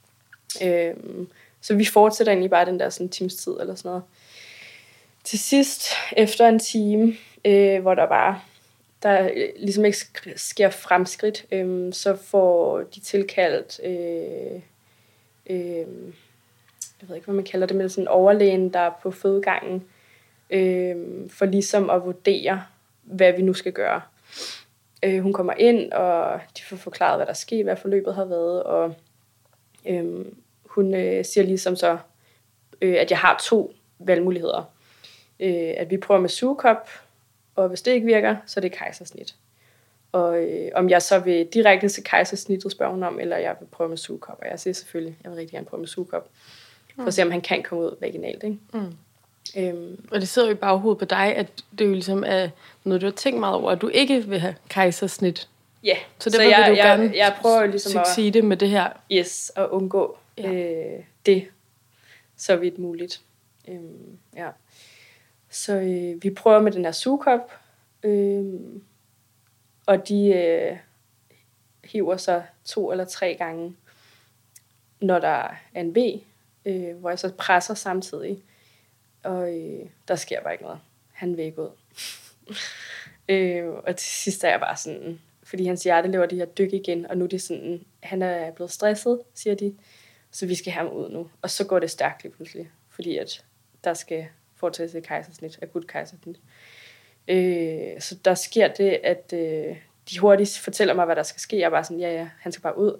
Øhm, så vi fortsætter egentlig bare den der sådan times tid eller sådan noget. Til sidst efter en time, øh, hvor der bare der ligesom ikke sker fremskridt, øhm, så får de tilkaldt, øh, øh, jeg ved ikke, hvad man kalder det, men sådan en overlægen, der er på fødegangen, øh, for ligesom at vurdere, hvad vi nu skal gøre. Øh, hun kommer ind, og de får forklaret, hvad der sker, hvad forløbet har været, og øh, hun øh, siger ligesom så, øh, at jeg har to valgmuligheder. Øh, at vi prøver med sugekop, og hvis det ikke virker, så er det kejsersnit. Og øh, om jeg så vil direkte til kejsersnittet, spørger hun om, eller jeg vil prøve med sugekop. Og jeg siger selvfølgelig, jeg vil rigtig gerne prøve med sugekop, for at se, om han kan komme ud vaginalt. Ikke? Mm. Øhm, og det sidder jo i baghovedet på dig, at det jo ligesom er noget, du har tænkt meget over, at du ikke vil have kejsersnit. Ja, så derfor så jeg, vil du jeg, gerne jeg prøver ligesom succeede at, med det her. Yes, at undgå ja. øh, det, så vidt muligt. Øhm, ja. Så øh, vi prøver med den her sugekop, øh, og de øh, hiver sig to eller tre gange, når der er en V, øh, hvor jeg så presser samtidig. Og øh, der sker bare ikke noget. Han vil ikke ud. øh, og til sidst er jeg bare sådan, fordi hans hjerte laver de her dyk igen, og nu er det sådan, han er blevet stresset, siger de, så vi skal have ham ud nu. Og så går det stærkt lige pludselig, fordi at der skal foretages et kejsersnit, akut kejsersnit. Øh, så der sker det, at øh, de hurtigt fortæller mig, hvad der skal ske. Jeg er bare sådan, ja, ja, han skal bare ud.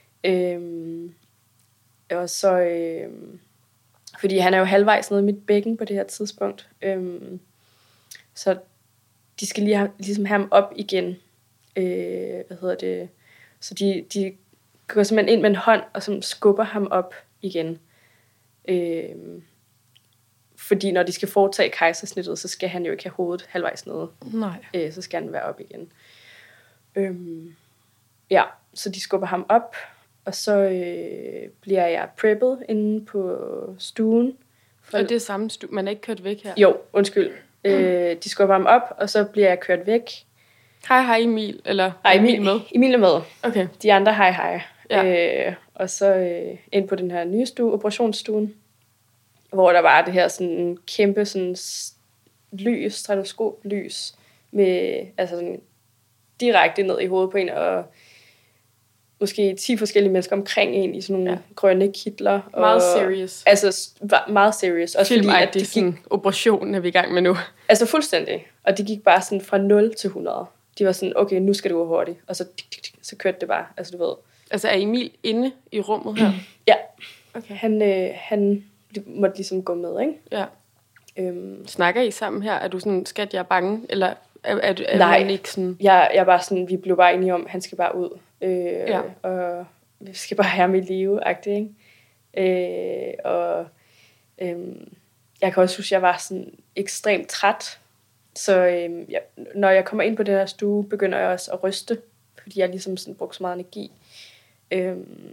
Øh, og så, øh, fordi han er jo halvvejs nede i mit bækken på det her tidspunkt. Øh, så de skal lige have, ligesom have ham op igen. Øh, hvad hedder det? Så de, de går simpelthen ind med en hånd, og så skubber ham op igen. Øh, Fordi når de skal foretage kejsersnittet, så skal han jo ikke have hovedet halvvejs nede. Nej. Øh, så skal han være op igen. Øhm, ja, så de skubber ham op, og så øh, bliver jeg preppet inde på stuen. For... Og det er samme stue, man er ikke kørt væk her? Jo, undskyld. Mm. Øh, de skubber ham op, og så bliver jeg kørt væk. Hej, hej Emil, eller Nej, Emil, Emil med? Emil er med. Okay. De andre, hej, hej. Ja. Øh, og så øh, ind på den her nye stue, operationsstuen, hvor der var det her sådan kæmpe sådan lys, stratoskoplys, med altså sådan direkte ned i hovedet på en, og måske ti forskellige mennesker omkring en i sådan nogle ja. grønne kitler. Og, meget serious. Altså meget serious. Også fordi, at det er sådan, gik, operationen er vi i gang med nu. Altså fuldstændig. Og det gik bare sådan fra nul til hundrede. De var sådan, okay, nu skal det gå hurtigt. Og så, så kørte det bare, altså du ved. Altså er Emil inde i rummet her? Ja. Okay. Han, øh, han måtte ligesom gå med, ikke? Ja. Øhm. Snakker I sammen her? Er du sådan, skat, jeg er bange? Eller er, er, er Nej, man ikke sådan... jeg, jeg var sådan, vi blev bare enige om, han skal bare ud. Øh, ja. Og vi skal bare have ham i live-agtigt, ikke? Øh, og øh, jeg kan også huske, at jeg var sådan ekstremt træt. Så øh, jeg, når jeg kommer ind på den her stue, begynder jeg også at ryste, fordi jeg ligesom sådan brugte så meget energi. Øh,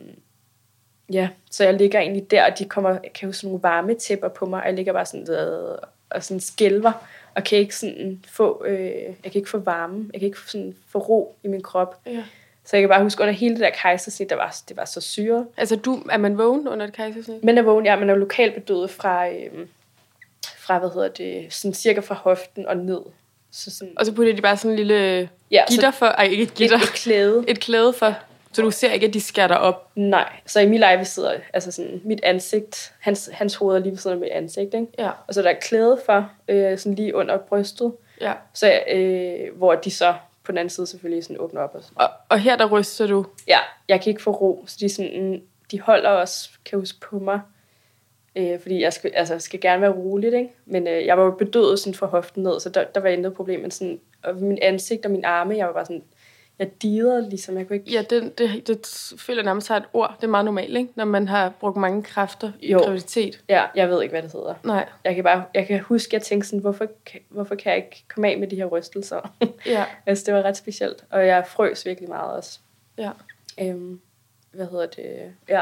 ja, så jeg ligger egentlig der, og de kommer, jeg kan huske nogle varme tæpper på mig, og jeg ligger bare sådan øh, og sådan skælver, og kan ikke sådan få, øh, jeg kan ikke få varme, jeg kan ikke sådan få ro i min krop. Ja. Så jeg kan bare huske, under hele det der kejsersnit, der var, det var så syret. Altså, du, er man vågen under et kejsersnit? Man er vågen, ja. Man er lokalt bedøvet fra, øh, fra, hvad hedder det, sådan cirka fra hoften og ned. Så sådan, og så putter de bare sådan en lille ja, gitter for, ej, ikke et gitter. Et, et klæde. Et klæde for, så du ser ikke, at de skærer op. Nej, så Emil og jeg sidder, altså sådan, mit ansigt, hans, hans hoved er lige ved siden af mit ansigt, ikke? Ja. Og så der er klæde for, øh, sådan lige under brystet. Ja. Så, øh, hvor de så på den anden side selvfølgelig sådan åbner op. Og, sådan. og, og her der ryster du? Ja, jeg kan ikke få ro, så de, sådan, de holder også, kan jeg huske, på mig. Øh, fordi jeg skal, altså, skal gerne være roligt, ikke? Men øh, jeg var jo bedøvet sådan fra hoften ned, så der, der var intet problem. Men sådan, og min ansigt og min arme, jeg var bare sådan, jeg dirrede ligesom, jeg kunne ikke... Ja, det, det, det føler nærmest har et ord. Det er meget normalt, ikke? Når man har brugt mange kræfter i jo. graviditet. Ja, jeg ved ikke, hvad det hedder. Nej. Jeg kan bare, jeg kan huske, at jeg tænkte sådan, hvorfor, hvorfor kan jeg ikke komme af med de her rystelser? Ja. Altså, det var ret specielt. Og jeg frøs virkelig meget også. Ja. Øhm, hvad hedder det? Ja.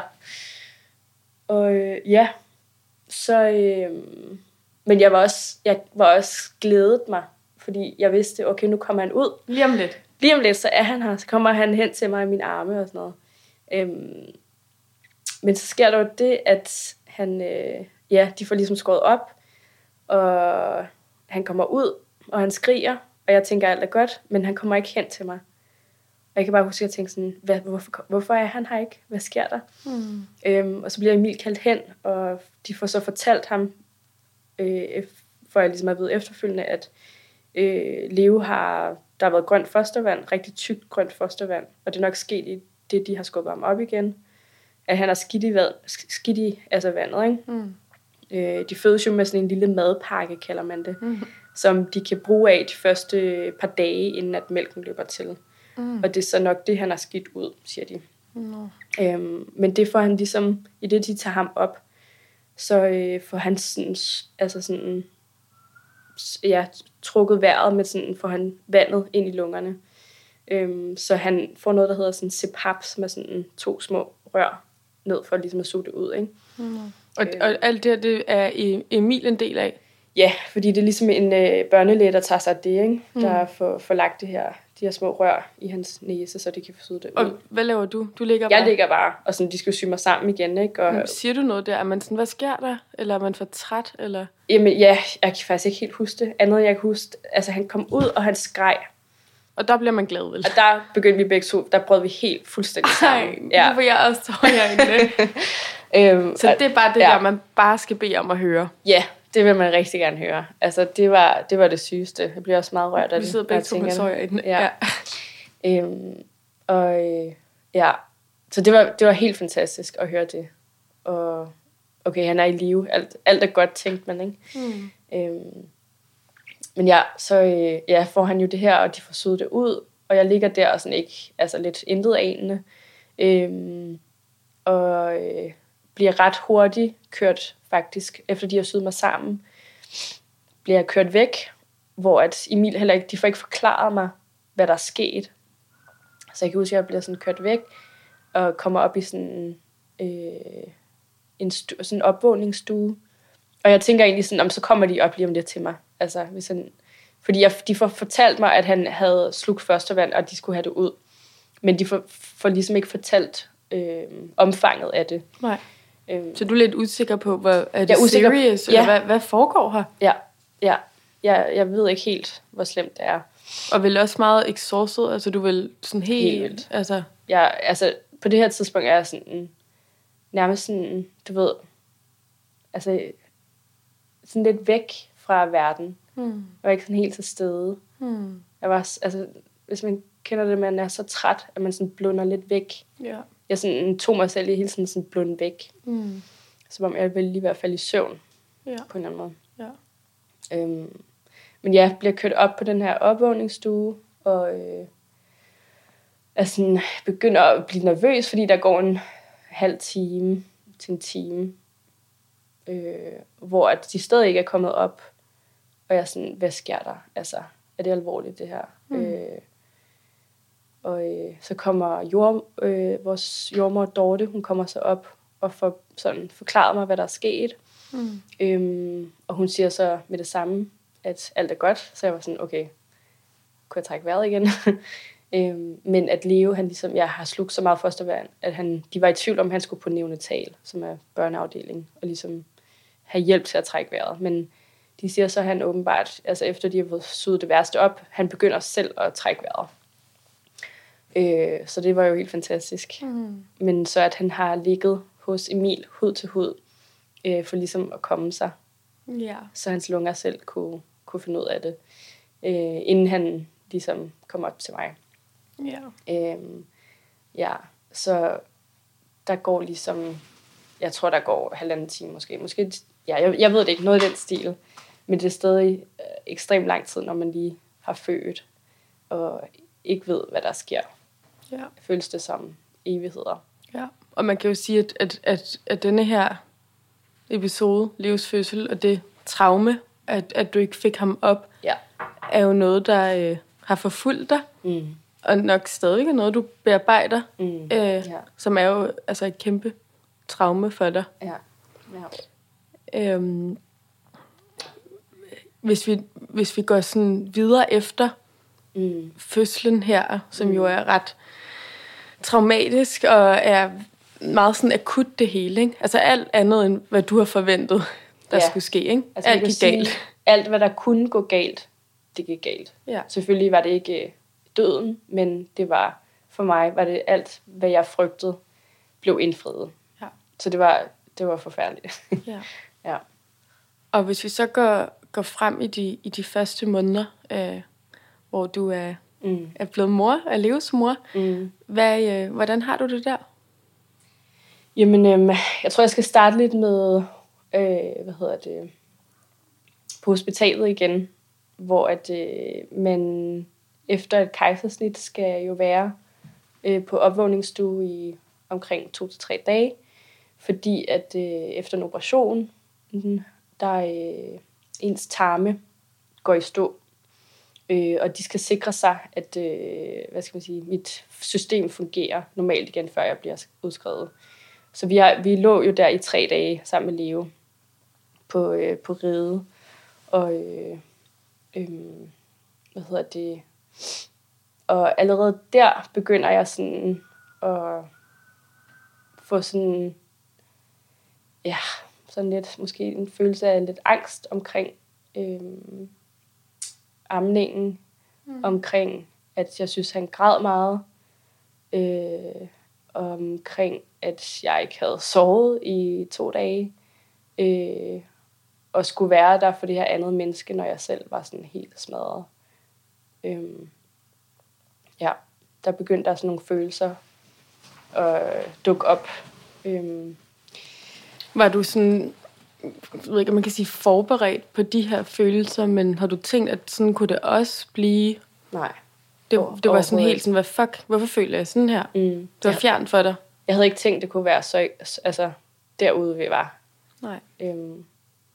Og øh, ja, så... Øh, men jeg var også, jeg var også glædet mig, fordi jeg vidste, okay, nu kommer han ud. Lige om lidt. Lige om lidt, så er han her. Så kommer han hen til mig i mine arme og sådan noget. Øhm, men så sker der jo det, at han, øh, ja, de får ligesom skåret op, og han kommer ud, og han skriger, og jeg tænker, alt er godt, men han kommer ikke hen til mig. Og jeg kan bare huske, at jeg tænker sådan, hvad, hvorfor, hvorfor er han her ikke? Hvad sker der? Mm. Øhm, og så bliver Emil kaldt hen, og de får så fortalt ham, øh, for jeg ligesom er ved efterfølgende, at øh, Leo har, der har været grønt fostervand, rigtig tykt grønt fostervand, og det er nok sket i det, de har skubbet ham op igen, at han har skidt i, vand, skidt i altså vandet, ikke? Mm. Øh, de fødes jo med sådan en lille madpakke, kalder man det, Mm. som de kan bruge af de første par dage, inden at mælken løber til. Mm. Og det er så nok det, han har skidt ud, siger de. No. Øhm, men det får han ligesom, i det de tager ham op, så øh, får han sådan, altså sådan, ja, trukket vejret med sådan, får han vandet ind i lungerne. Øhm, så han får noget, der hedder sådan C PAP, som er sådan to små rør ned for ligesom at suge det ud, ikke? Mm. Og, øh. og alt det her, det er Emil en del af? Ja, fordi det er ligesom en øh, børnelæge, der tager sig af det, ikke? Mm. Der får, får lagt det her, de her små rør i hans næse, så de kan få suget det ud. Og hvad laver du? Du ligger bare? Jeg ligger bare, og sådan, de skal sy mig sammen igen, ikke? Og, men siger du noget der? Er man sådan, hvad sker der? Eller er man for træt? Eller? Jamen ja, jeg kan faktisk ikke helt huske det. Andet jeg kan huske, altså han kom ud, og han skreg. Og der bliver man glad, vel? Og der begyndte vi begge to, der brød vi helt fuldstændig sammen. Nej, ja. For jeg også tror herinde. øhm, så det er bare det ja. der, man bare skal bede om at høre. Ja, det vil man rigtig gerne høre. Altså, det var det, var det sygeste. Jeg bliver også meget rørt af det. Vi sidder begge to med sorg inde. Ja. ja. øhm, og øh, ja, så det var, det var helt fantastisk at høre det. Og okay, han er i live. Alt, alt er godt, tænkte man, ikke? Mm. Øhm, men ja, så øh, ja, får han jo det her, og de får syet det ud. Og jeg ligger der og sådan ikke, altså lidt intet anende. Øhm, og øh, bliver ret hurtigt kørt, faktisk, efter de har syet mig sammen, bliver jeg kørt væk, hvor at Emil heller ikke, de får ikke forklaret mig, hvad der er sket. Så jeg kan huske, at jeg bliver sådan kørt væk, og kommer op i sådan, øh, en, stu- sådan en opvågningsstue. Og jeg tænker egentlig sådan, om så kommer de op lige om lidt til mig. Altså, hvis han, fordi jeg, de får fortalt mig, at han havde slugt førstevand, og de skulle have det ud. Men de får, får ligesom ikke fortalt øh, omfanget af det. Nej. Øhm, Så du er lidt usikker på, hvad, er det jeg er usikker, serious, ja. eller hvad, hvad foregår her? Ja, ja. Jeg, jeg ved ikke helt, hvor slemt det er. Og vel også meget exhausted, altså du vil sådan helt... Helt vildt. Altså, Jeg, altså, på det her tidspunkt er jeg sådan, nærmest sådan, du ved, altså, sådan lidt væk fra verden. hmm, Jeg var ikke sådan helt til stede. hmm, Jeg var, altså, hvis man kender det, man er så træt, at man sådan blunder lidt væk. ja. Jeg sådan tog mig selv i hele tiden sådan blunde væk. Hmm, Som om jeg ville lige i hvert fald i søvn, ja. på en eller anden måde. Ja. Øhm, men jeg bliver kørt op på den her opvågningsstue, og øh, er sådan, begynder at blive nervøs, fordi der går en halv time til en time, øh, hvor at de stadig ikke er kommet op. Og jeg er sådan, hvad sker der? Altså, er det alvorligt, det her? Mm. Øh, og øh, så kommer jord, øh, vores jordmor Dorte, hun kommer så op og får sådan forklaret mig, hvad der er sket. Mm. Øhm, og hun siger så med det samme, at alt er godt. Så jeg var sådan, okay, kunne jeg trække vejret igen? øhm, men at Leo, han ligesom, jeg har slugt så meget fostervand, at han, de var i tvivl om, han skulle på neonatal, som er børneafdeling, og ligesom have hjælp til at trække vejret. Men de siger så, at han åbenbart, altså efter de har fået suget det værste op, han begynder selv at trække vejret. Øh, så det var jo helt fantastisk. Mm. Men så at han har ligget hos Emil hud til hud, øh, for ligesom at komme sig. Ja. Så hans lunger selv kunne, kunne finde ud af det, øh, inden han ligesom kom op til mig. Ja. Øh, ja, så der går ligesom, jeg tror der går halvanden time måske, måske ja, jeg, jeg ved det ikke, noget i den stil, men det er stadig øh, ekstremt lang tid, når man lige har født, og ikke ved, hvad der sker. Ja. Føles det som evigheder. Ja, og man kan jo sige, at, at, at, at denne her episode, Leos fødsel, og det traume, at, at du ikke fik ham op, ja. er jo noget, der øh, har forfulgt dig, mm. og nok stadig er noget, du bearbejder, mm. øh, ja. som er jo altså et kæmpe traume for dig. Ja. Ja. Øhm, hvis, vi, hvis vi går sådan videre efter mm. fødslen her, som mm. jo er ret traumatisk og er meget sådan akut det hele, ikke? Altså alt andet end hvad du har forventet der ja. skulle ske, ikke? Altså, alt gik galt. Sige, alt hvad der kunne gå galt, det gik galt. Ja. Selvfølgelig var det ikke døden, men det var for mig var det alt hvad jeg frygtede blev indfriet. Ja. Så det var det var forfærdeligt. Ja. Ja. Og hvis vi så går går frem i de i de første måneder, øh, hvor du er mm. er blevet mor, er Leos mor. Mm. Hvad, øh, hvordan har du det der? Jamen, øh, jeg tror, jeg skal starte lidt med, øh, hvad hedder det, på hospitalet igen, hvor at øh, man efter et kejsersnit skal jo være øh, på opvågningsstue i omkring to til tre dage, fordi at øh, efter en operation, der øh, ens tarme går i stå. Øh, og de skal sikre sig, at øh, hvad skal man sige, mit system fungerer normalt igen, før jeg bliver udskrevet. Så vi, har, vi lå jo der i tre dage sammen med Leo på, øh, på Ride. Og øh, øh, hvad hedder det? Og allerede der begynder jeg sådan at få sådan, ja, sådan lidt, måske en følelse af lidt angst omkring øh, amningen, mm. omkring, at jeg synes, han græd meget, øh, omkring, at jeg ikke havde sovet i to dage, øh, og skulle være der for det her andet menneske, når jeg selv var sådan helt smadret. Øh, ja, der begyndte der sådan nogle følelser at dukke op. Øh, Var du sådan, jeg ved ikke, om man kan sige forberedt på de her følelser, men har du tænkt, at sådan kunne det også blive? Nej. Det, det var sådan helt sådan, hvad fuck, hvorfor føler jeg sådan her? Mm, det var ja. fjernt for dig. Jeg havde ikke tænkt, det kunne være så, altså, derude vi var. Nej. Øhm,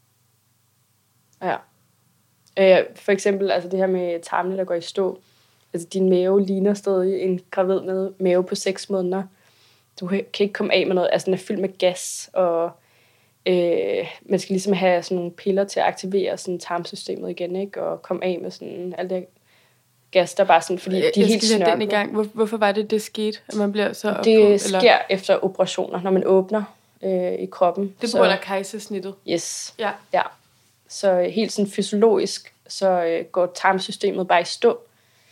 ja. Øh, for eksempel, altså det her med tarmene, der går i stå. Altså din mave ligner stadig en gravid med mave på seks måneder. du kan ikke komme af med noget, altså den er fyldt med gas, og øh, man skal ligesom have sådan nogle piller til at aktivere sådan tarmsystemet igen, ikke? Og komme af med sådan alt det gas, der bare sådan, fordi jeg, de er jeg helt skal snørklet. Den i gang. Hvor, hvorfor var det, det skete, at man bliver så Det oppå, sker eller? efter operationer, når man åbner øh, i kroppen. Det bruger der kejsersnittet. Yes. Ja. Ja. Så helt sådan fysiologisk, så øh, går tarmsystemet bare i stå.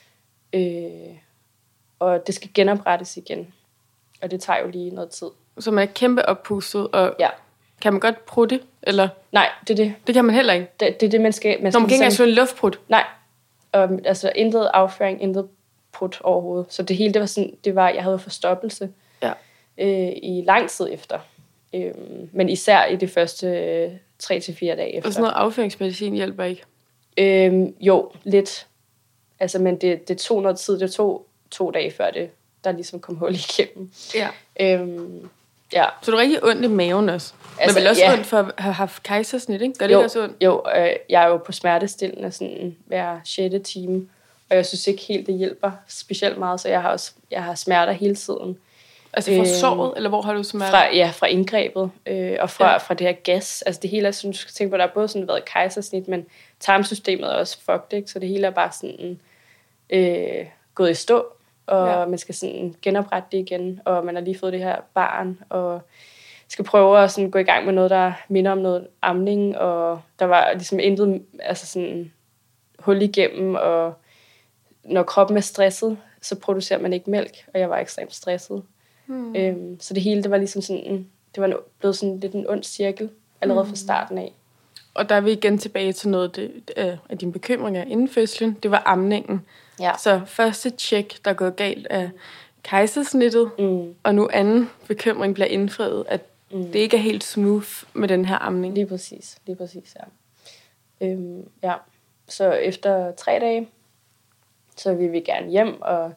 Øh, og det skal genoprettes igen. Og det tager jo lige noget tid. Så man er kæmpe oppustet, og Ja. kan man godt prutte, eller? Nej, det er det. Det kan man heller ikke. Det, det er det, man skal... Man Når skal man kan ikke engang slå en luftprut. Nej. Um, altså intet afføring, intet prut overhovedet. Så det hele, det var sådan, det var, jeg havde forstoppelse Ja. øh, i lang tid efter. Øh, men især i de første øh, tre til fire dage efter. Og sådan noget afføringsmedicin hjælper ikke. Øhm, jo, lidt. Altså, men det, det tog noget tid. Det tog to dage før det, der ligesom kom hul igennem. Ja. Øhm, ja. Så du er rigtig ondt i maven også. Altså, Men vel også ja. ondt for at have haft kejsersnit, ikke? Gør det Jo, ikke også ondt? jo øh, jeg er jo på smertestillende sådan hver sjette time. Og jeg synes ikke helt, det hjælper specielt meget. Så jeg har også jeg har smerter hele tiden. Altså fra Øhm, såret, eller hvor har du smerter? Fra, ja, fra indgrebet, øh, og fra, Ja. fra det her gas. Altså det hele er sådan, du skal tænke på, der er både sådan været kejsersnit, men tarmsystemet er også fucked, ikke? Så det hele er bare sådan øh, gået i stå, og Ja. man skal sådan genoprette det igen, og man har lige fået det her barn, og skal prøve at sådan gå i gang med noget, der minder om noget amning, og der var ligesom intet altså sådan hul igennem, og når kroppen er stresset, så producerer man ikke mælk, og jeg var ekstremt stresset. Hmm. Øhm, så det hele, det var ligesom sådan, det var en, blevet sådan lidt en ond cirkel, allerede fra starten af. Og der er vi igen tilbage til noget det, øh, af dine bekymringer inden fødslen. Det var amningen. Ja. Så første tjek, der er gået galt, er kejsersnittet, Mm, og nu anden bekymring bliver indfriet, at mm. det ikke er helt smooth med den her amning. Lige præcis, lige præcis, ja. Øhm, ja. Så efter tre dage, så ville vi gerne hjem, og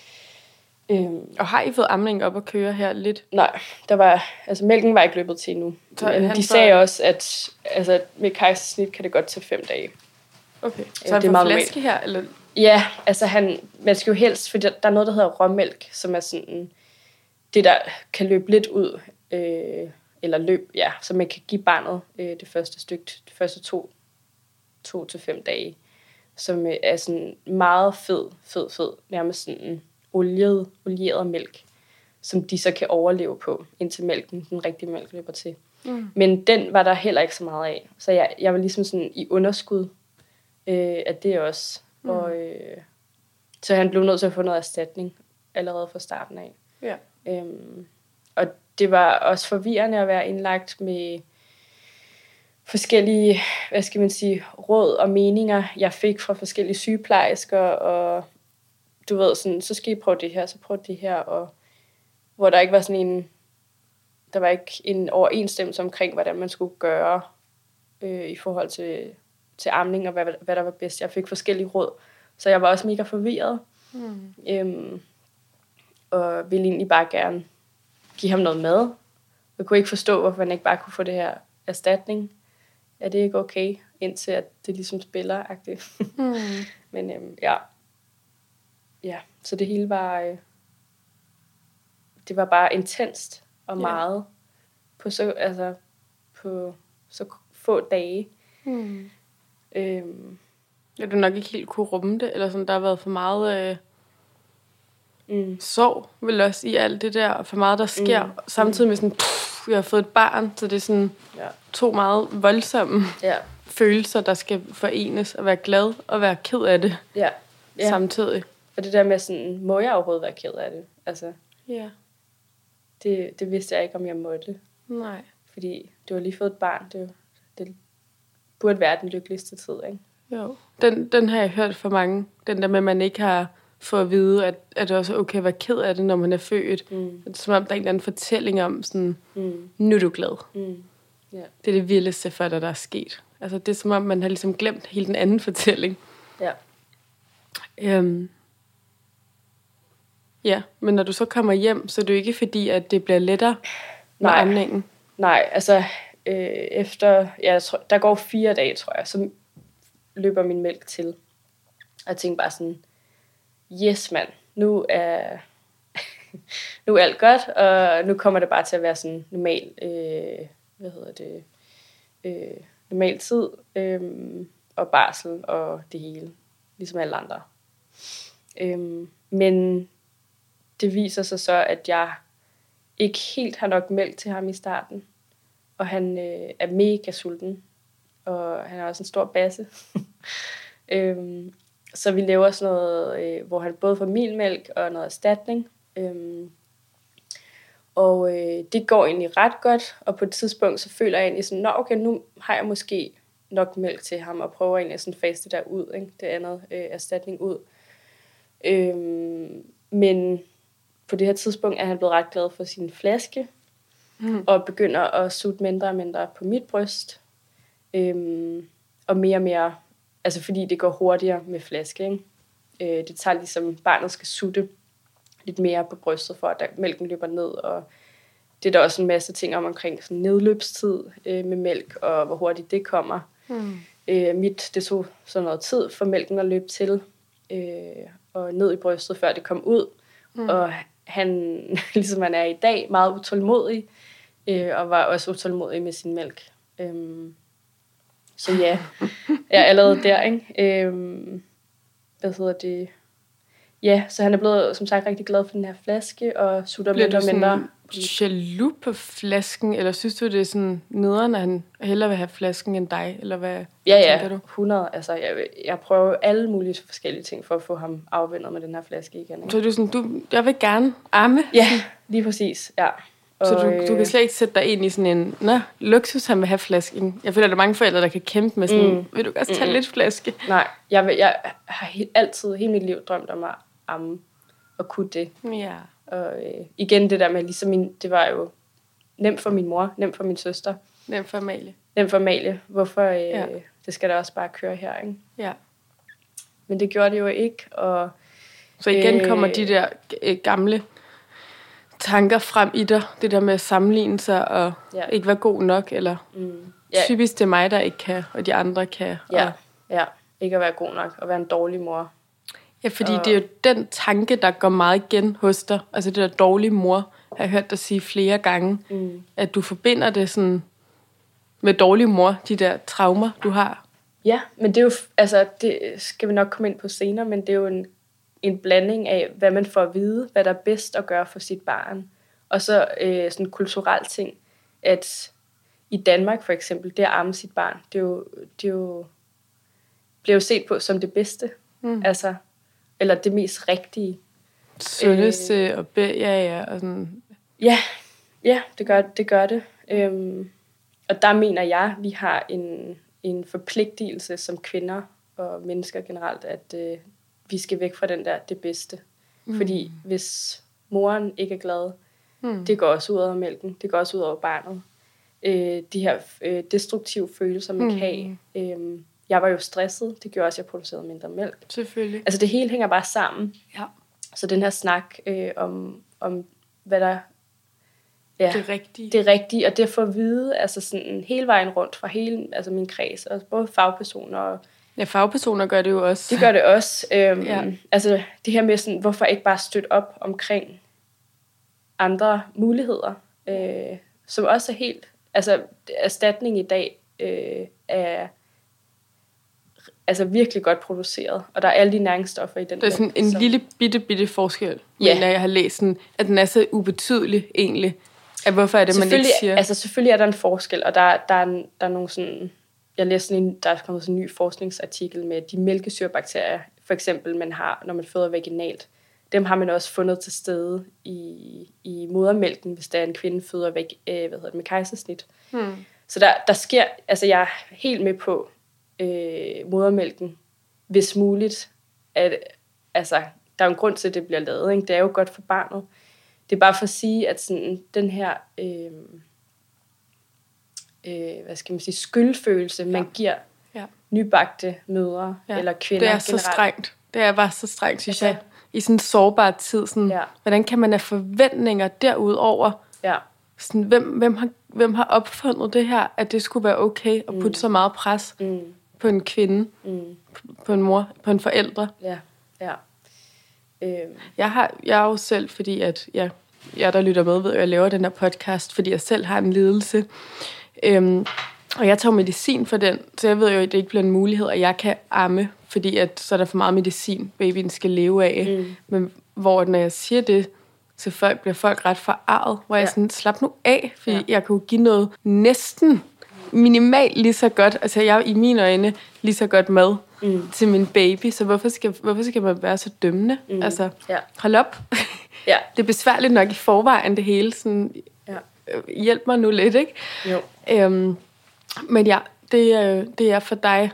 øhm, Og har I fået amningen op at køre her lidt? nej, der var, altså mælken var ikke løbet til endnu. Så Men han de får- sagde også, at altså, med kejsersnit kan det godt tage fem dage. Okay. Så Ja, han det er får meget flaske her? Eller? Ja, altså han, man skal jo helst, for der er noget, der hedder råmælk, som er sådan, det der kan løbe lidt ud, øh, eller løb, ja, så man kan give barnet øh, det første stykke, de første to, to til fem dage, som øh, er sådan meget fed, fed, fed, nærmest sådan oliet, olieret mælk, som de så kan overleve på, indtil mælken, den rigtige mælk løber til. Mm. Men den var der heller ikke så meget af, så jeg, jeg var ligesom sådan i underskud øh, af det også. Mm. Og, øh, så han blev nødt til at få noget erstatning allerede fra starten af. Ja. Øhm, og det var også forvirrende at være indlagt med forskellige, hvad skal man sige, råd og meninger, jeg fik fra forskellige sygeplejersker, og du ved sådan, så skal I prøve det her, så prøv det her, og hvor der ikke var sådan en, der var ikke en overensstemmelse omkring, hvordan man skulle gøre øh, i forhold til, til amning, og hvad, hvad der var bedst. Jeg fik forskellige råd, så jeg var også mega forvirret. Mm. Øhm, og ville egentlig bare gerne give ham noget mad. Jeg kunne ikke forstå, hvorfor han ikke bare kunne få det her erstatning. Er det ikke okay, indtil at det ligesom spiller-agtigt. Mm. Men øhm, ja. Ja, så det hele var, øh, det var bare intenst og Ja. meget på så, altså, på så få dage. Mm. Øhm, Ja, du nok ikke helt kunne rumme det, eller sådan, der har været for meget øh, mm, sorg, vel også i alt det der, og for meget, der sker, Mm. samtidig med sådan, pff, jeg har fået et barn, så det er sådan ja, to meget voldsomme ja, følelser, der skal forenes, og være glad og være ked af det ja, ja. ja. samtidig. Og det der med sådan, må jeg overhovedet være ked af det? Altså, Ja, det, det vidste jeg ikke, om jeg måtte. nej. Fordi du har lige fået et barn. Det, det burde være den lykkeligste tid, ikke? Jo, den, den har jeg hørt for mange. Den der med, at man ikke har fået at vide, at, at det også er okay at være ked af det, når man er født. Mm. Det er som om, der er en eller anden fortælling om, sådan, Mm. nu er du glad. Mm. Ja. Det er det vildeste for dig, der er sket. Altså, det er som om, man har ligesom glemt hele den anden fortælling. Ja. Øhm. Ja, men når du så kommer hjem, så er det jo ikke fordi, at det bliver lettere med Nej. amningen. Nej, altså øh, efter, ja, jeg tror, der går fire dage, tror jeg, så løber min mælk til. Og jeg tænkte bare sådan, yes mand, nu er, nu er alt godt, og nu kommer det bare til at være sådan normal, øh, hvad hedder det, øh, normal tid, øh, og barsel og det hele, ligesom alle andre. Øh, men det viser sig så, at jeg ikke helt har nok mælk til ham i starten, og han øh, er mega sulten, og han har også en stor basse. øhm, så vi laver sådan noget, øh, hvor han både får min mælk og noget erstatning. Øhm, og øh, det går egentlig ret godt, og på et tidspunkt så føler jeg egentlig sådan, nå okay, nu har jeg måske nok mælk til ham, og prøver egentlig sådan fase det der ud, ikke? Det andet øh, erstatning ud. Øhm, men på det her tidspunkt er han blevet ret glad for sin flaske, mm. og begynder at sutte mindre og mindre på mit bryst. Øhm, og mere og mere, altså fordi det går hurtigere med flaske, ikke? Øh, det tager ligesom, barnet skal sutte lidt mere på brystet, for at mælken løber ned, og det er der også en masse ting om omkring sådan nedløbstid øh, med mælk, og hvor hurtigt det kommer. Mm. Øh, mit, det tog sådan noget tid for mælken at løbe til, øh, og ned i brystet, før det kom ud. Mm. Og han, ligesom han er i dag, meget utålmodig, øh, og var også utålmodig med sin mælk. Øhm, så ja, jeg er allerede der, ikke? Øhm, hvad hedder det? Ja, så han er blevet, som sagt, rigtig glad for den her flaske, og sutter mindre og mindre. Bliver du jaloux på flasken, eller synes du, det er sådan nederen, at han hellere vil have flasken end dig, eller hvad ja, ja, tænker du? hundrede. Altså, jeg, jeg prøver alle mulige forskellige ting, for at få ham afvendet med den her flaske igen. Ikke? Så er du sådan, du, jeg vil gerne amme? Ja, lige præcis, ja. Og, så du, du kan slet ikke sætte dig ind i sådan en, nå, luksus, han vil have flasken. Jeg føler, der er mange forældre, der kan kæmpe med sådan, mm, vil du også tage mm, lidt flaske? Nej, jeg, vil, jeg har altid, hele mit liv drømt om at amme, og kunne det. Ja. Og øh, igen det der med, ligesom min, det var jo nemt for min mor, nemt for min søster. Nemt for Amalie. Nemt for Amalie. Hvorfor øh, ja. Det skal da også bare køre her, ikke? Ja. Men det gjorde det jo ikke, og... Så igen øh, kommer de der øh, gamle tanker frem i dig, det der med at sammenligne sig, og ja. Ikke være god nok, eller mm. ja. Typisk det er mig, der ikke kan, og de andre kan. Ja, og... ja. Ikke at være god nok, og være en dårlig mor. Ja, fordi og... det er jo den tanke, der går meget igen hos dig. Altså det der dårlige mor, har jeg hørt dig sige flere gange. Mm. At du forbinder det sådan med dårlig mor, de der traumer, du har. Ja, men det er jo, altså det skal vi nok komme ind på senere, men det er jo en, en blanding af, hvad man får at vide, hvad der er bedst at gøre for sit barn. Og så øh, sådan en kulturel ting, at i Danmark for eksempel, det at amme sit barn, det er jo, det er jo, bliver jo set på som det bedste. Mm. Altså... eller det mest rigtige. Sundeste øh, og be- ja, ja, og sådan. Ja, ja, det gør det. Gør det. Øhm, og der mener jeg, vi har en, en forpligtelse som kvinder og mennesker generelt, at øh, vi skal væk fra den der det bedste. Mm. Fordi hvis moren ikke er glad, mm. det går også ud over mælken, det går også ud over barnet. Øh, de her øh, destruktive følelser, man mm. kan have. Øh, Jeg var jo stresset. Det gjorde også, at jeg producerede mindre mælk. Selvfølgelig. Altså det hele hænger bare sammen. Ja. Så den her snak øh, om, om, hvad der... Ja, det rigtige. Det rigtige, og det at få at vide, altså sådan hele vejen rundt fra hele altså min kreds, og både fagpersoner og... Ja, fagpersoner gør det jo også. Det gør det også. Øhm, ja. Altså det her med sådan, hvorfor ikke bare støtte op omkring andre muligheder, øh, som også er helt... Altså erstatning i dag øh, er... altså virkelig godt produceret, og der er alle de næringsstoffer i den. Det er sådan en som... lille bitte, bitte forskel, yeah. mener jeg har læst, sådan, at den er så ubetydelig egentlig. At hvorfor er det, man ikke siger? Altså selvfølgelig er der en forskel, og der, der, er, en, der er nogle sådan... Jeg læste sådan en, der er kommet sådan en ny forskningsartikel med de mælkesyrebakterier, for eksempel, man har, når man føder vaginalt. Dem har man også fundet til stede i, i modermælken, hvis der er en kvinde føder væk, øh, hvad hedder det, med kejsersnit. Hmm. Så der, der sker... Altså jeg er helt med på... Øh, modermælken, hvis muligt, at, altså, der er jo en grund til, at det bliver lavet, ikke? Det er jo godt for barnet. Det er bare for at sige, at sådan, den her, øh, øh, hvad skal man sige, skyldfølelse, ja. Man giver ja. Nybagte mødre, ja. Eller kvinder generelt. Det er så strengt. Det er bare så strengt, synes altså, jeg. I sådan en sårbar tid, sådan, ja. Hvordan kan man have forventninger derudover? Ja. Sådan, hvem, hvem, har, hvem har opfundet det her, at det skulle være okay at putte mm. så meget pres mm. på en kvinde, mm. på en mor, på en forældre? Ja, ja. Øh. Jeg, har, jeg er jo selv, fordi at jeg, jeg der lytter med, ved, at jeg laver den her podcast, fordi jeg selv har en lidelse. Øhm, og jeg tager medicin for den, så jeg ved jo, at det ikke bliver en mulighed, at jeg kan amme, fordi at, så er der for meget medicin, babyen skal leve af. Mm. Men hvor når jeg siger det, så folk, bliver folk ret forarvet, hvor jeg ja. sådan, slap nu af, fordi ja. jeg kunne give noget næsten minimalt lige så godt, altså jeg i mine øjne lige så godt mad mm. til min baby, så hvorfor skal, hvorfor skal man være så dømmende? Mm. Altså, ja. hold op. ja. Det er besværligt nok i forvejen, det hele. Sådan, ja. Hjælp mig nu lidt, ikke? Jo. Øhm, men ja, det er, det er for dig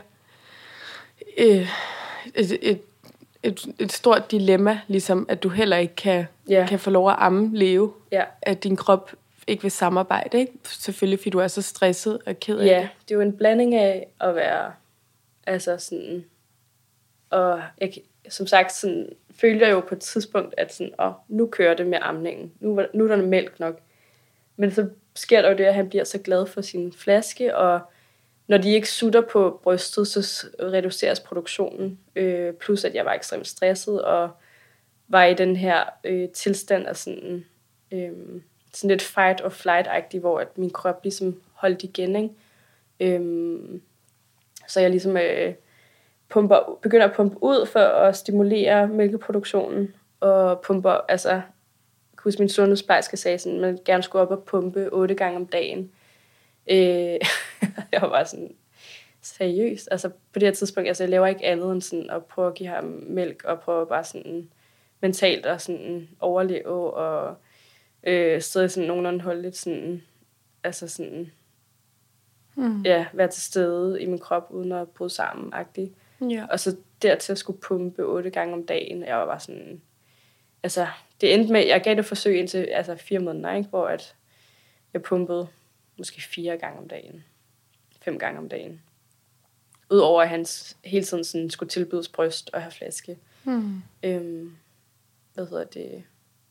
øh, et, et, et, et stort dilemma, ligesom at du heller ikke kan, ja. kan få lov at amme leve, ja. at din krop ikke vil samarbejde, ikke? Selvfølgelig, fordi du er så stresset og ked af ja, det. Ja, det er jo en blanding af at være, altså sådan, og jeg, som sagt, sådan, følte jeg jo på et tidspunkt, at sådan, åh, nu kører det med amningen. Nu, nu er der mælk nok. Men så sker der jo det, at han bliver så glad for sin flaske, og når de ikke sutter på brystet, så reduceres produktionen. Øh, plus at jeg var ekstremt stresset, og var i den her øh, tilstand af sådan... Øh, sådan lidt fight or flight-agtig, hvor at min krop ligesom holdt igen, ikke? Øhm, så jeg ligesom øh, pumper, begynder at pumpe ud for at stimulere mælkeproduktionen, og pumper, altså, jeg kan huske min sundhedsplejerske sagde sådan, man gerne skulle op og pumpe otte gange om dagen. Øh, jeg var bare sådan, seriøst, altså på det her tidspunkt, altså jeg laver ikke andet end sådan at prøve at give ham mælk, og prøve bare sådan mentalt at sådan overleve, og Øh, stadig sådan nogenlunde holde lidt sådan, altså sådan, mm. ja, være til stede i min krop, uden at bryde sammen-agtig. Ja. Og så dertil at skulle pumpe otte gange om dagen, jeg var bare sådan, altså, det endte med, jeg gav det forsøg indtil, altså fire måneder, ikke, hvor at jeg pumpede måske fire gange om dagen, fem gange om dagen. Udover at han hele tiden sådan skulle tilbydes bryst og have flaske. Mm. Øhm, hvad hedder det...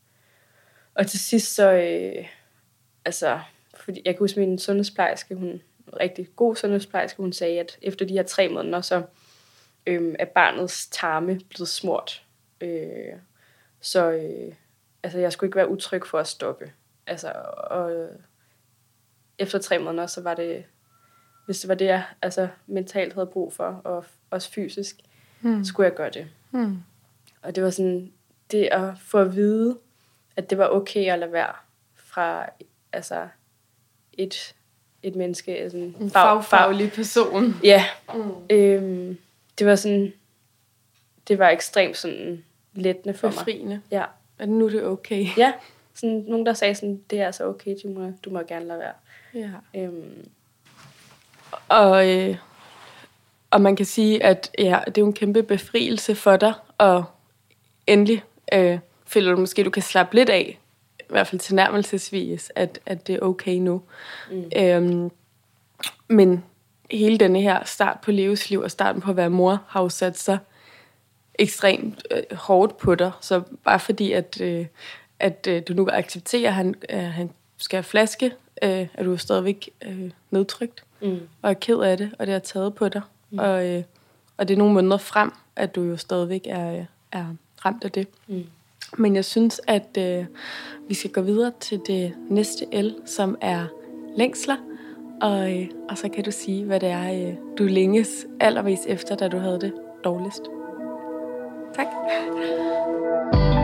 Og til sidst så, øh, altså, fordi jeg kan huske min sundhedsplejerske, hun en rigtig god sundhedsplejerske, hun sagde, at efter de her tre måneder, så øh, er barnets tarme blevet smurt. Øh, så øh, altså, jeg skulle ikke være utryg for at stoppe. Altså, og efter tre måneder, så var det, hvis det var det, jeg altså, mentalt havde brug for, og også fysisk, hmm. så skulle jeg gøre det. Hmm. Og det var sådan, det at få at vide, at det var okay at lade være fra altså et, et menneske. Altså en en fag, faglig person. Ja. Mm. Øhm, det var sådan, det var ekstremt sådan lettende for Befriende. mig. Ja. At nu er det okay. Ja. Sådan, nogen, der sagde sådan, det er altså okay, du må, du må gerne lade være. Ja. Øhm. Og, øh, og man kan sige, at ja, det er jo en kæmpe befrielse for dig, og endelig... Øh, føler du måske, du kan slappe lidt af, i hvert fald tilnærmelsesvis, at, at det er okay nu. Mm. Øhm, men hele denne her start på livsliv og starten på at være mor, har jo sat sig ekstremt øh, hårdt på dig. Så bare fordi, at, øh, at øh, du nu accepterer, at han, øh, han skal have flaske, øh, er du stadigvæk øh, nedtrykt mm. og er ked af det, og det har taget på dig. Mm. Og, øh, og det er nogle måneder frem, at du jo stadigvæk er, er ramt af det. Mm. Men jeg synes, at øh, vi skal gå videre til det næste L, som er længsler. Og, øh, og så kan du sige, hvad det er, øh, du længes allermest efter, da du havde det dårligst. Tak.